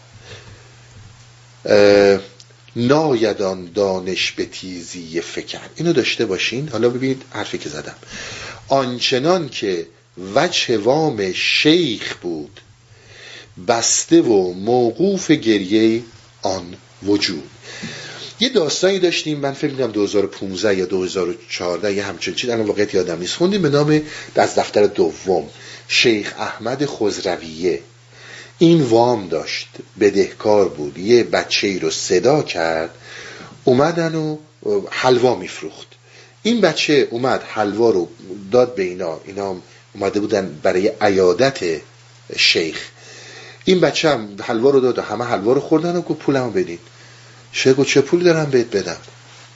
نایدان دانش به تیزی فکر. اینو داشته باشین. حالا ببینید حرفی که زدم، آنچنان که وجه وام شیخ بود، بسته و موقوف گریه آن وجود. یه داستانی داشتیم، من فکر می‌کنم دو هزار و پانزده یا دو هزار و چهارده یه همچین چیز، الان واقعیت یادم نیست، خوندیم به نام از دفتر دوم، شیخ احمد خضرویه. این وام داشت، بدهکار بود، یه بچه‌ای رو صدا کرد، اومدن و حلوا میفروخت. این بچه اومد حلوا رو داد به اینا، اینا اومده بودن برای عیادت شیخ. این بچه هم حلوا رو داد و همه حلوا رو خوردن و گفت پولمو بدین. شیخ گفت چه پولی دارم بهت بدم؟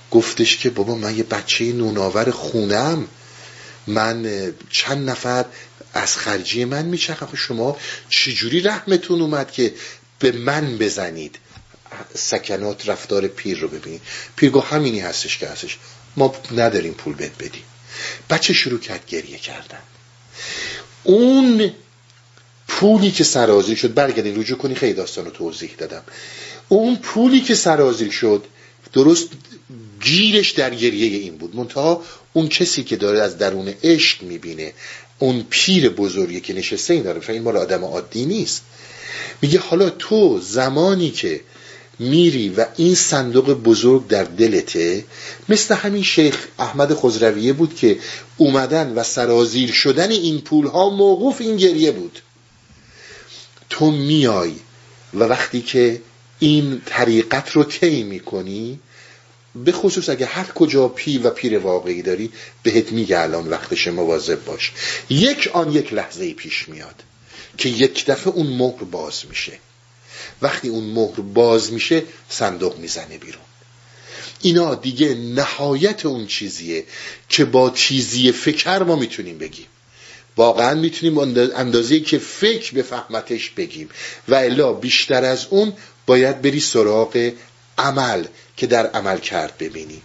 گفتش که بابا من یه بچه نوناور خونم، من چند نفر از خرجی من میچخم، شما چجوری رحمتون اومد که به من بزنید؟ سکنات رفتار پیر رو ببینید. پیر گفت همینی هستش که هستش، ما نداریم پول بهت بدیم. بچه شروع کرد گریه کردن. اون پولی که سرازیر شد، برگردین رجوع کنی، خیلی داستان رو توضیح دادم. اون پولی که سرازیر شد درست گیرش در گریه این بود. منتها اون کسی که داره از درون عشق میبینه، اون پیر بزرگی که نشسته این داره، این مال آدم عادی نیست. میگه حالا تو زمانی که میری و این صندوق بزرگ در دلته، مثل همین شیخ احمد خضرویه بود که اومدن و سرازیر شدن این پولها موقوف این گریه بود. تو میای و وقتی که این طریقت رو طی میکنی، به خصوص اگه هر کجا پیر و پیر واقعی داری، بهت میگه الان وقتش، مواظب باش. یک آن یک لحظه پیش میاد که یک دفعه اون مهر باز میشه. وقتی اون مهر باز میشه صندوق میزنه بیرون. اینا دیگه نهایت اون چیزیه که با تیزی فکر ما میتونیم بگیم، واقعا میتونیم اندازه‌ای که فکر بفهمتش بگیم، و الا بیشتر از اون باید بری سراغ عمل که در عمل کرد ببینی.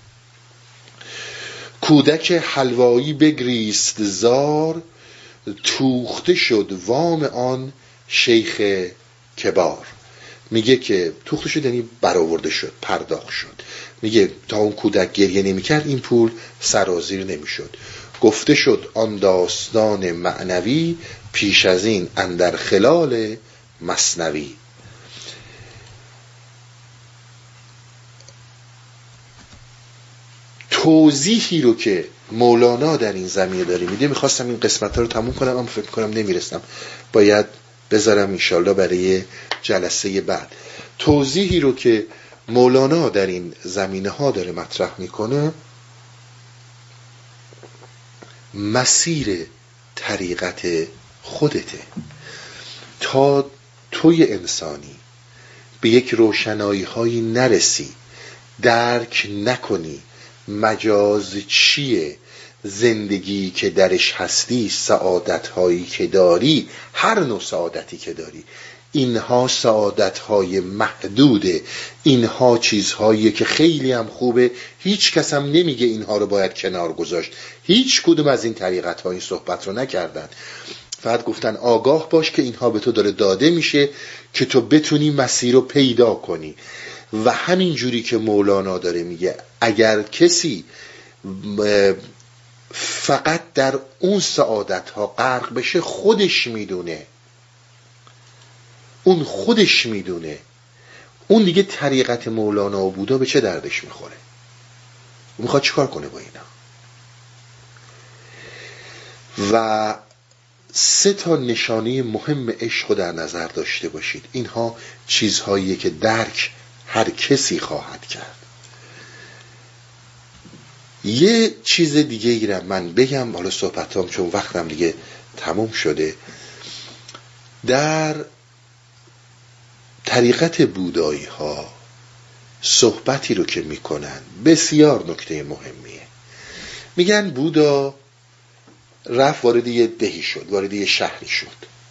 کودک حلوایی بگریست زار، توخته شد وام آن شیخ کبار. میگه که توخته شد یعنی برآورده شد، پرداخت شد. میگه تا اون کودک گریه نمیکرد این پول سرازیر نمیشد. گفته شد آن داستان معنوی، پیش از این اندر خلال مثنوی. توضیحی رو که مولانا در این زمینه داره میده، میخواستم این قسمت رو تموم کنم اما فکر کنم نمیرسم، باید بذارم انشالله برای جلسه بعد. توضیحی رو که مولانا در این زمینه ها داره مطرح میکنه، مسیر طریقت خودته. تا توی انسانی به یک روشنایی هایی نرسی، درک نکنی مجاز چیه، زندگی که درش هستی، سعادت هایی که داری، هر نوع سعادتی که داری، اینها سعادت های محدوده، اینها چیزهایی که خیلی هم خوبه، هیچ کس هم نمیگه اینها رو باید کنار گذاشت. هیچ کدوم از این طریقت ها این صحبت رو نکردن، فقط گفتن آگاه باش که اینها به تو داره داده میشه که تو بتونی مسیر رو پیدا کنی. و همین جوری که مولانا داره میگه اگر کسی فقط در اون سعادت ها غرق بشه، خودش میدونه، اون خودش میدونه اون دیگه طریقت مولانا و بودا به چه دردش میخوره، میخواد چیکار کنه با اینا. و سه تا نشانه مهم عشق رو در نظر داشته باشید. اینها چیزهاییه که درک هر کسی خواهد کرد. یه چیز دیگه ای رو من بگم، حالا صحبتام چون وقتم دیگه تموم شده. در طریقت بودایی ها صحبتی رو که میکنن بسیار نکته مهمیه. میگن بودا رفت وارد یه دهی شد، وارد یه شهری شد.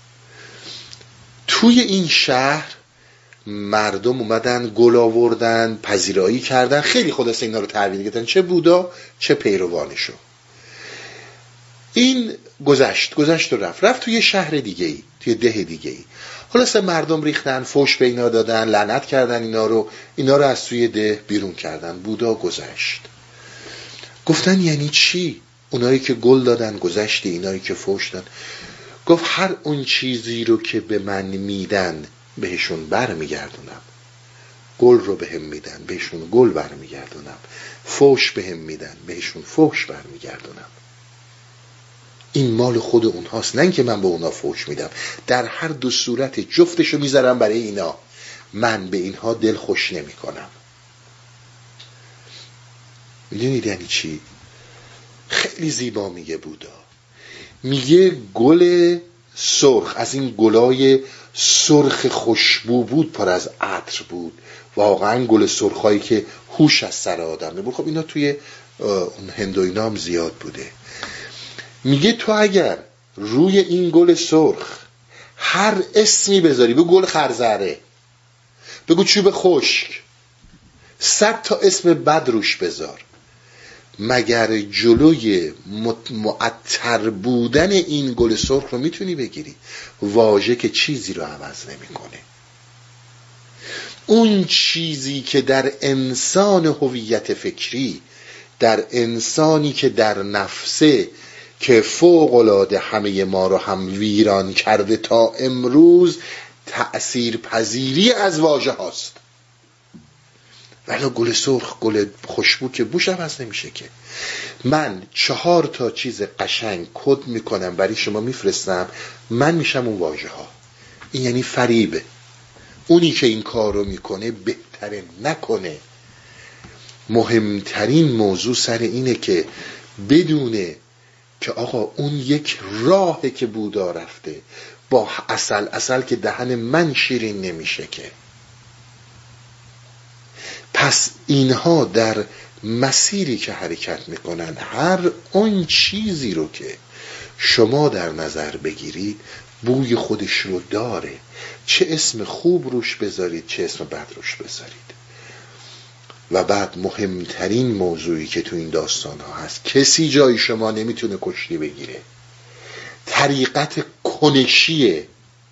توی این شهر مردم اومدن گل آوردن، پذیرایی کردن، خیلی خلاصه اینا رو تحویل گرفتن، چه بودا چه پیروانشو. این گذشت گذشت و رفت رفت توی شهر دیگه ای، توی ده دیگه ای. خلاصه مردم ریختن، فوش به اینا دادن، لعنت کردن اینا رو، اینا رو از توی ده بیرون کردن. بودا گذشت. گفتن یعنی چی؟ اونایی که گل دادن گذشتی، اینایی که فوش دادن. گفت هر اون چیزی رو که به من میدن بهشون بر میگردونم. گل رو به هم میدن، بهشون گل بر میگردونم. فوش به هم میدن، بهشون فوش بر میگردونم. این مال خود اونهاست، نه اینکه من به اونا فوش میدم. در هر دو صورت جفتشو میذارم برای اینا، من به اینها دل خوش نمی کنم. میدونید یعنی چی؟ خیلی زیبا میگه بودا. میگه گل سرخ از این گلای سرخ خوشبو بود، پر از عطر بود، واقعا گل سرخایی که هوش از سر آدم میبرد. خب اینا توی اون هند و اینا هم زیاد بوده. میگه تو اگر روی این گل سرخ هر اسمی بذاری، بگو گل خرزره، بگو چوب خشک، صد تا اسم بد روش بذار، مگر جلوی معطر بودن این گل سرخ رو میتونی بگیری؟ واژه که چیزی رو عوض نمیکنه. اون چیزی که در انسان هویت فکری، در انسانی که در نفسه، که فوق العاده همه ما رو هم ویران کرده تا امروز، تأثیر پذیری از واژه هاست. ولی گل سرخ، گل خوشبو که بوش عوض نمیشه که. من چهار تا چیز قشنگ کد میکنم برای شما میفرستم، من میشم اون واژه ها. این یعنی فریبه. اونی که این کار رو میکنه بهتره نکنه. مهمترین موضوع سر اینه که بدونه که آقا اون یک راهه که بودا رفته با اصل اصل که دهن من شیرین نمیشه که. پس اینها در مسیری که حرکت میکنن، هر اون چیزی رو که شما در نظر بگیرید بوی خودش رو داره، چه اسم خوب روش بذارید چه اسم بد روش بذارید. و بعد مهمترین موضوعی که تو این داستان ها هست، کسی جای شما نمیتونه کشتی بگیره. طریقت کنشیه،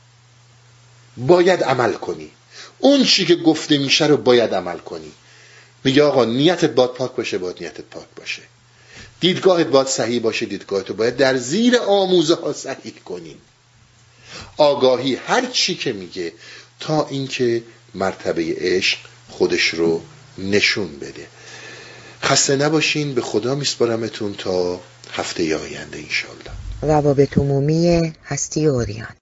باید عمل کنی. اون چی که گفته میشه رو باید عمل کنی. میگه آقا نیتت باید پاک باشه، باید نیتت پاک باشه. دیدگاهت باید صحیح باشه، دیدگاهت رو باید در زیر آموزه ها صحیح کنی. آگاهی هر چی که میگه تا اینکه مرتبه عشق خودش رو نشون بده. خسته نباشین، به خدا میسپارمتون تا هفته آینده انشالله. روابط عمومی هستی عریان.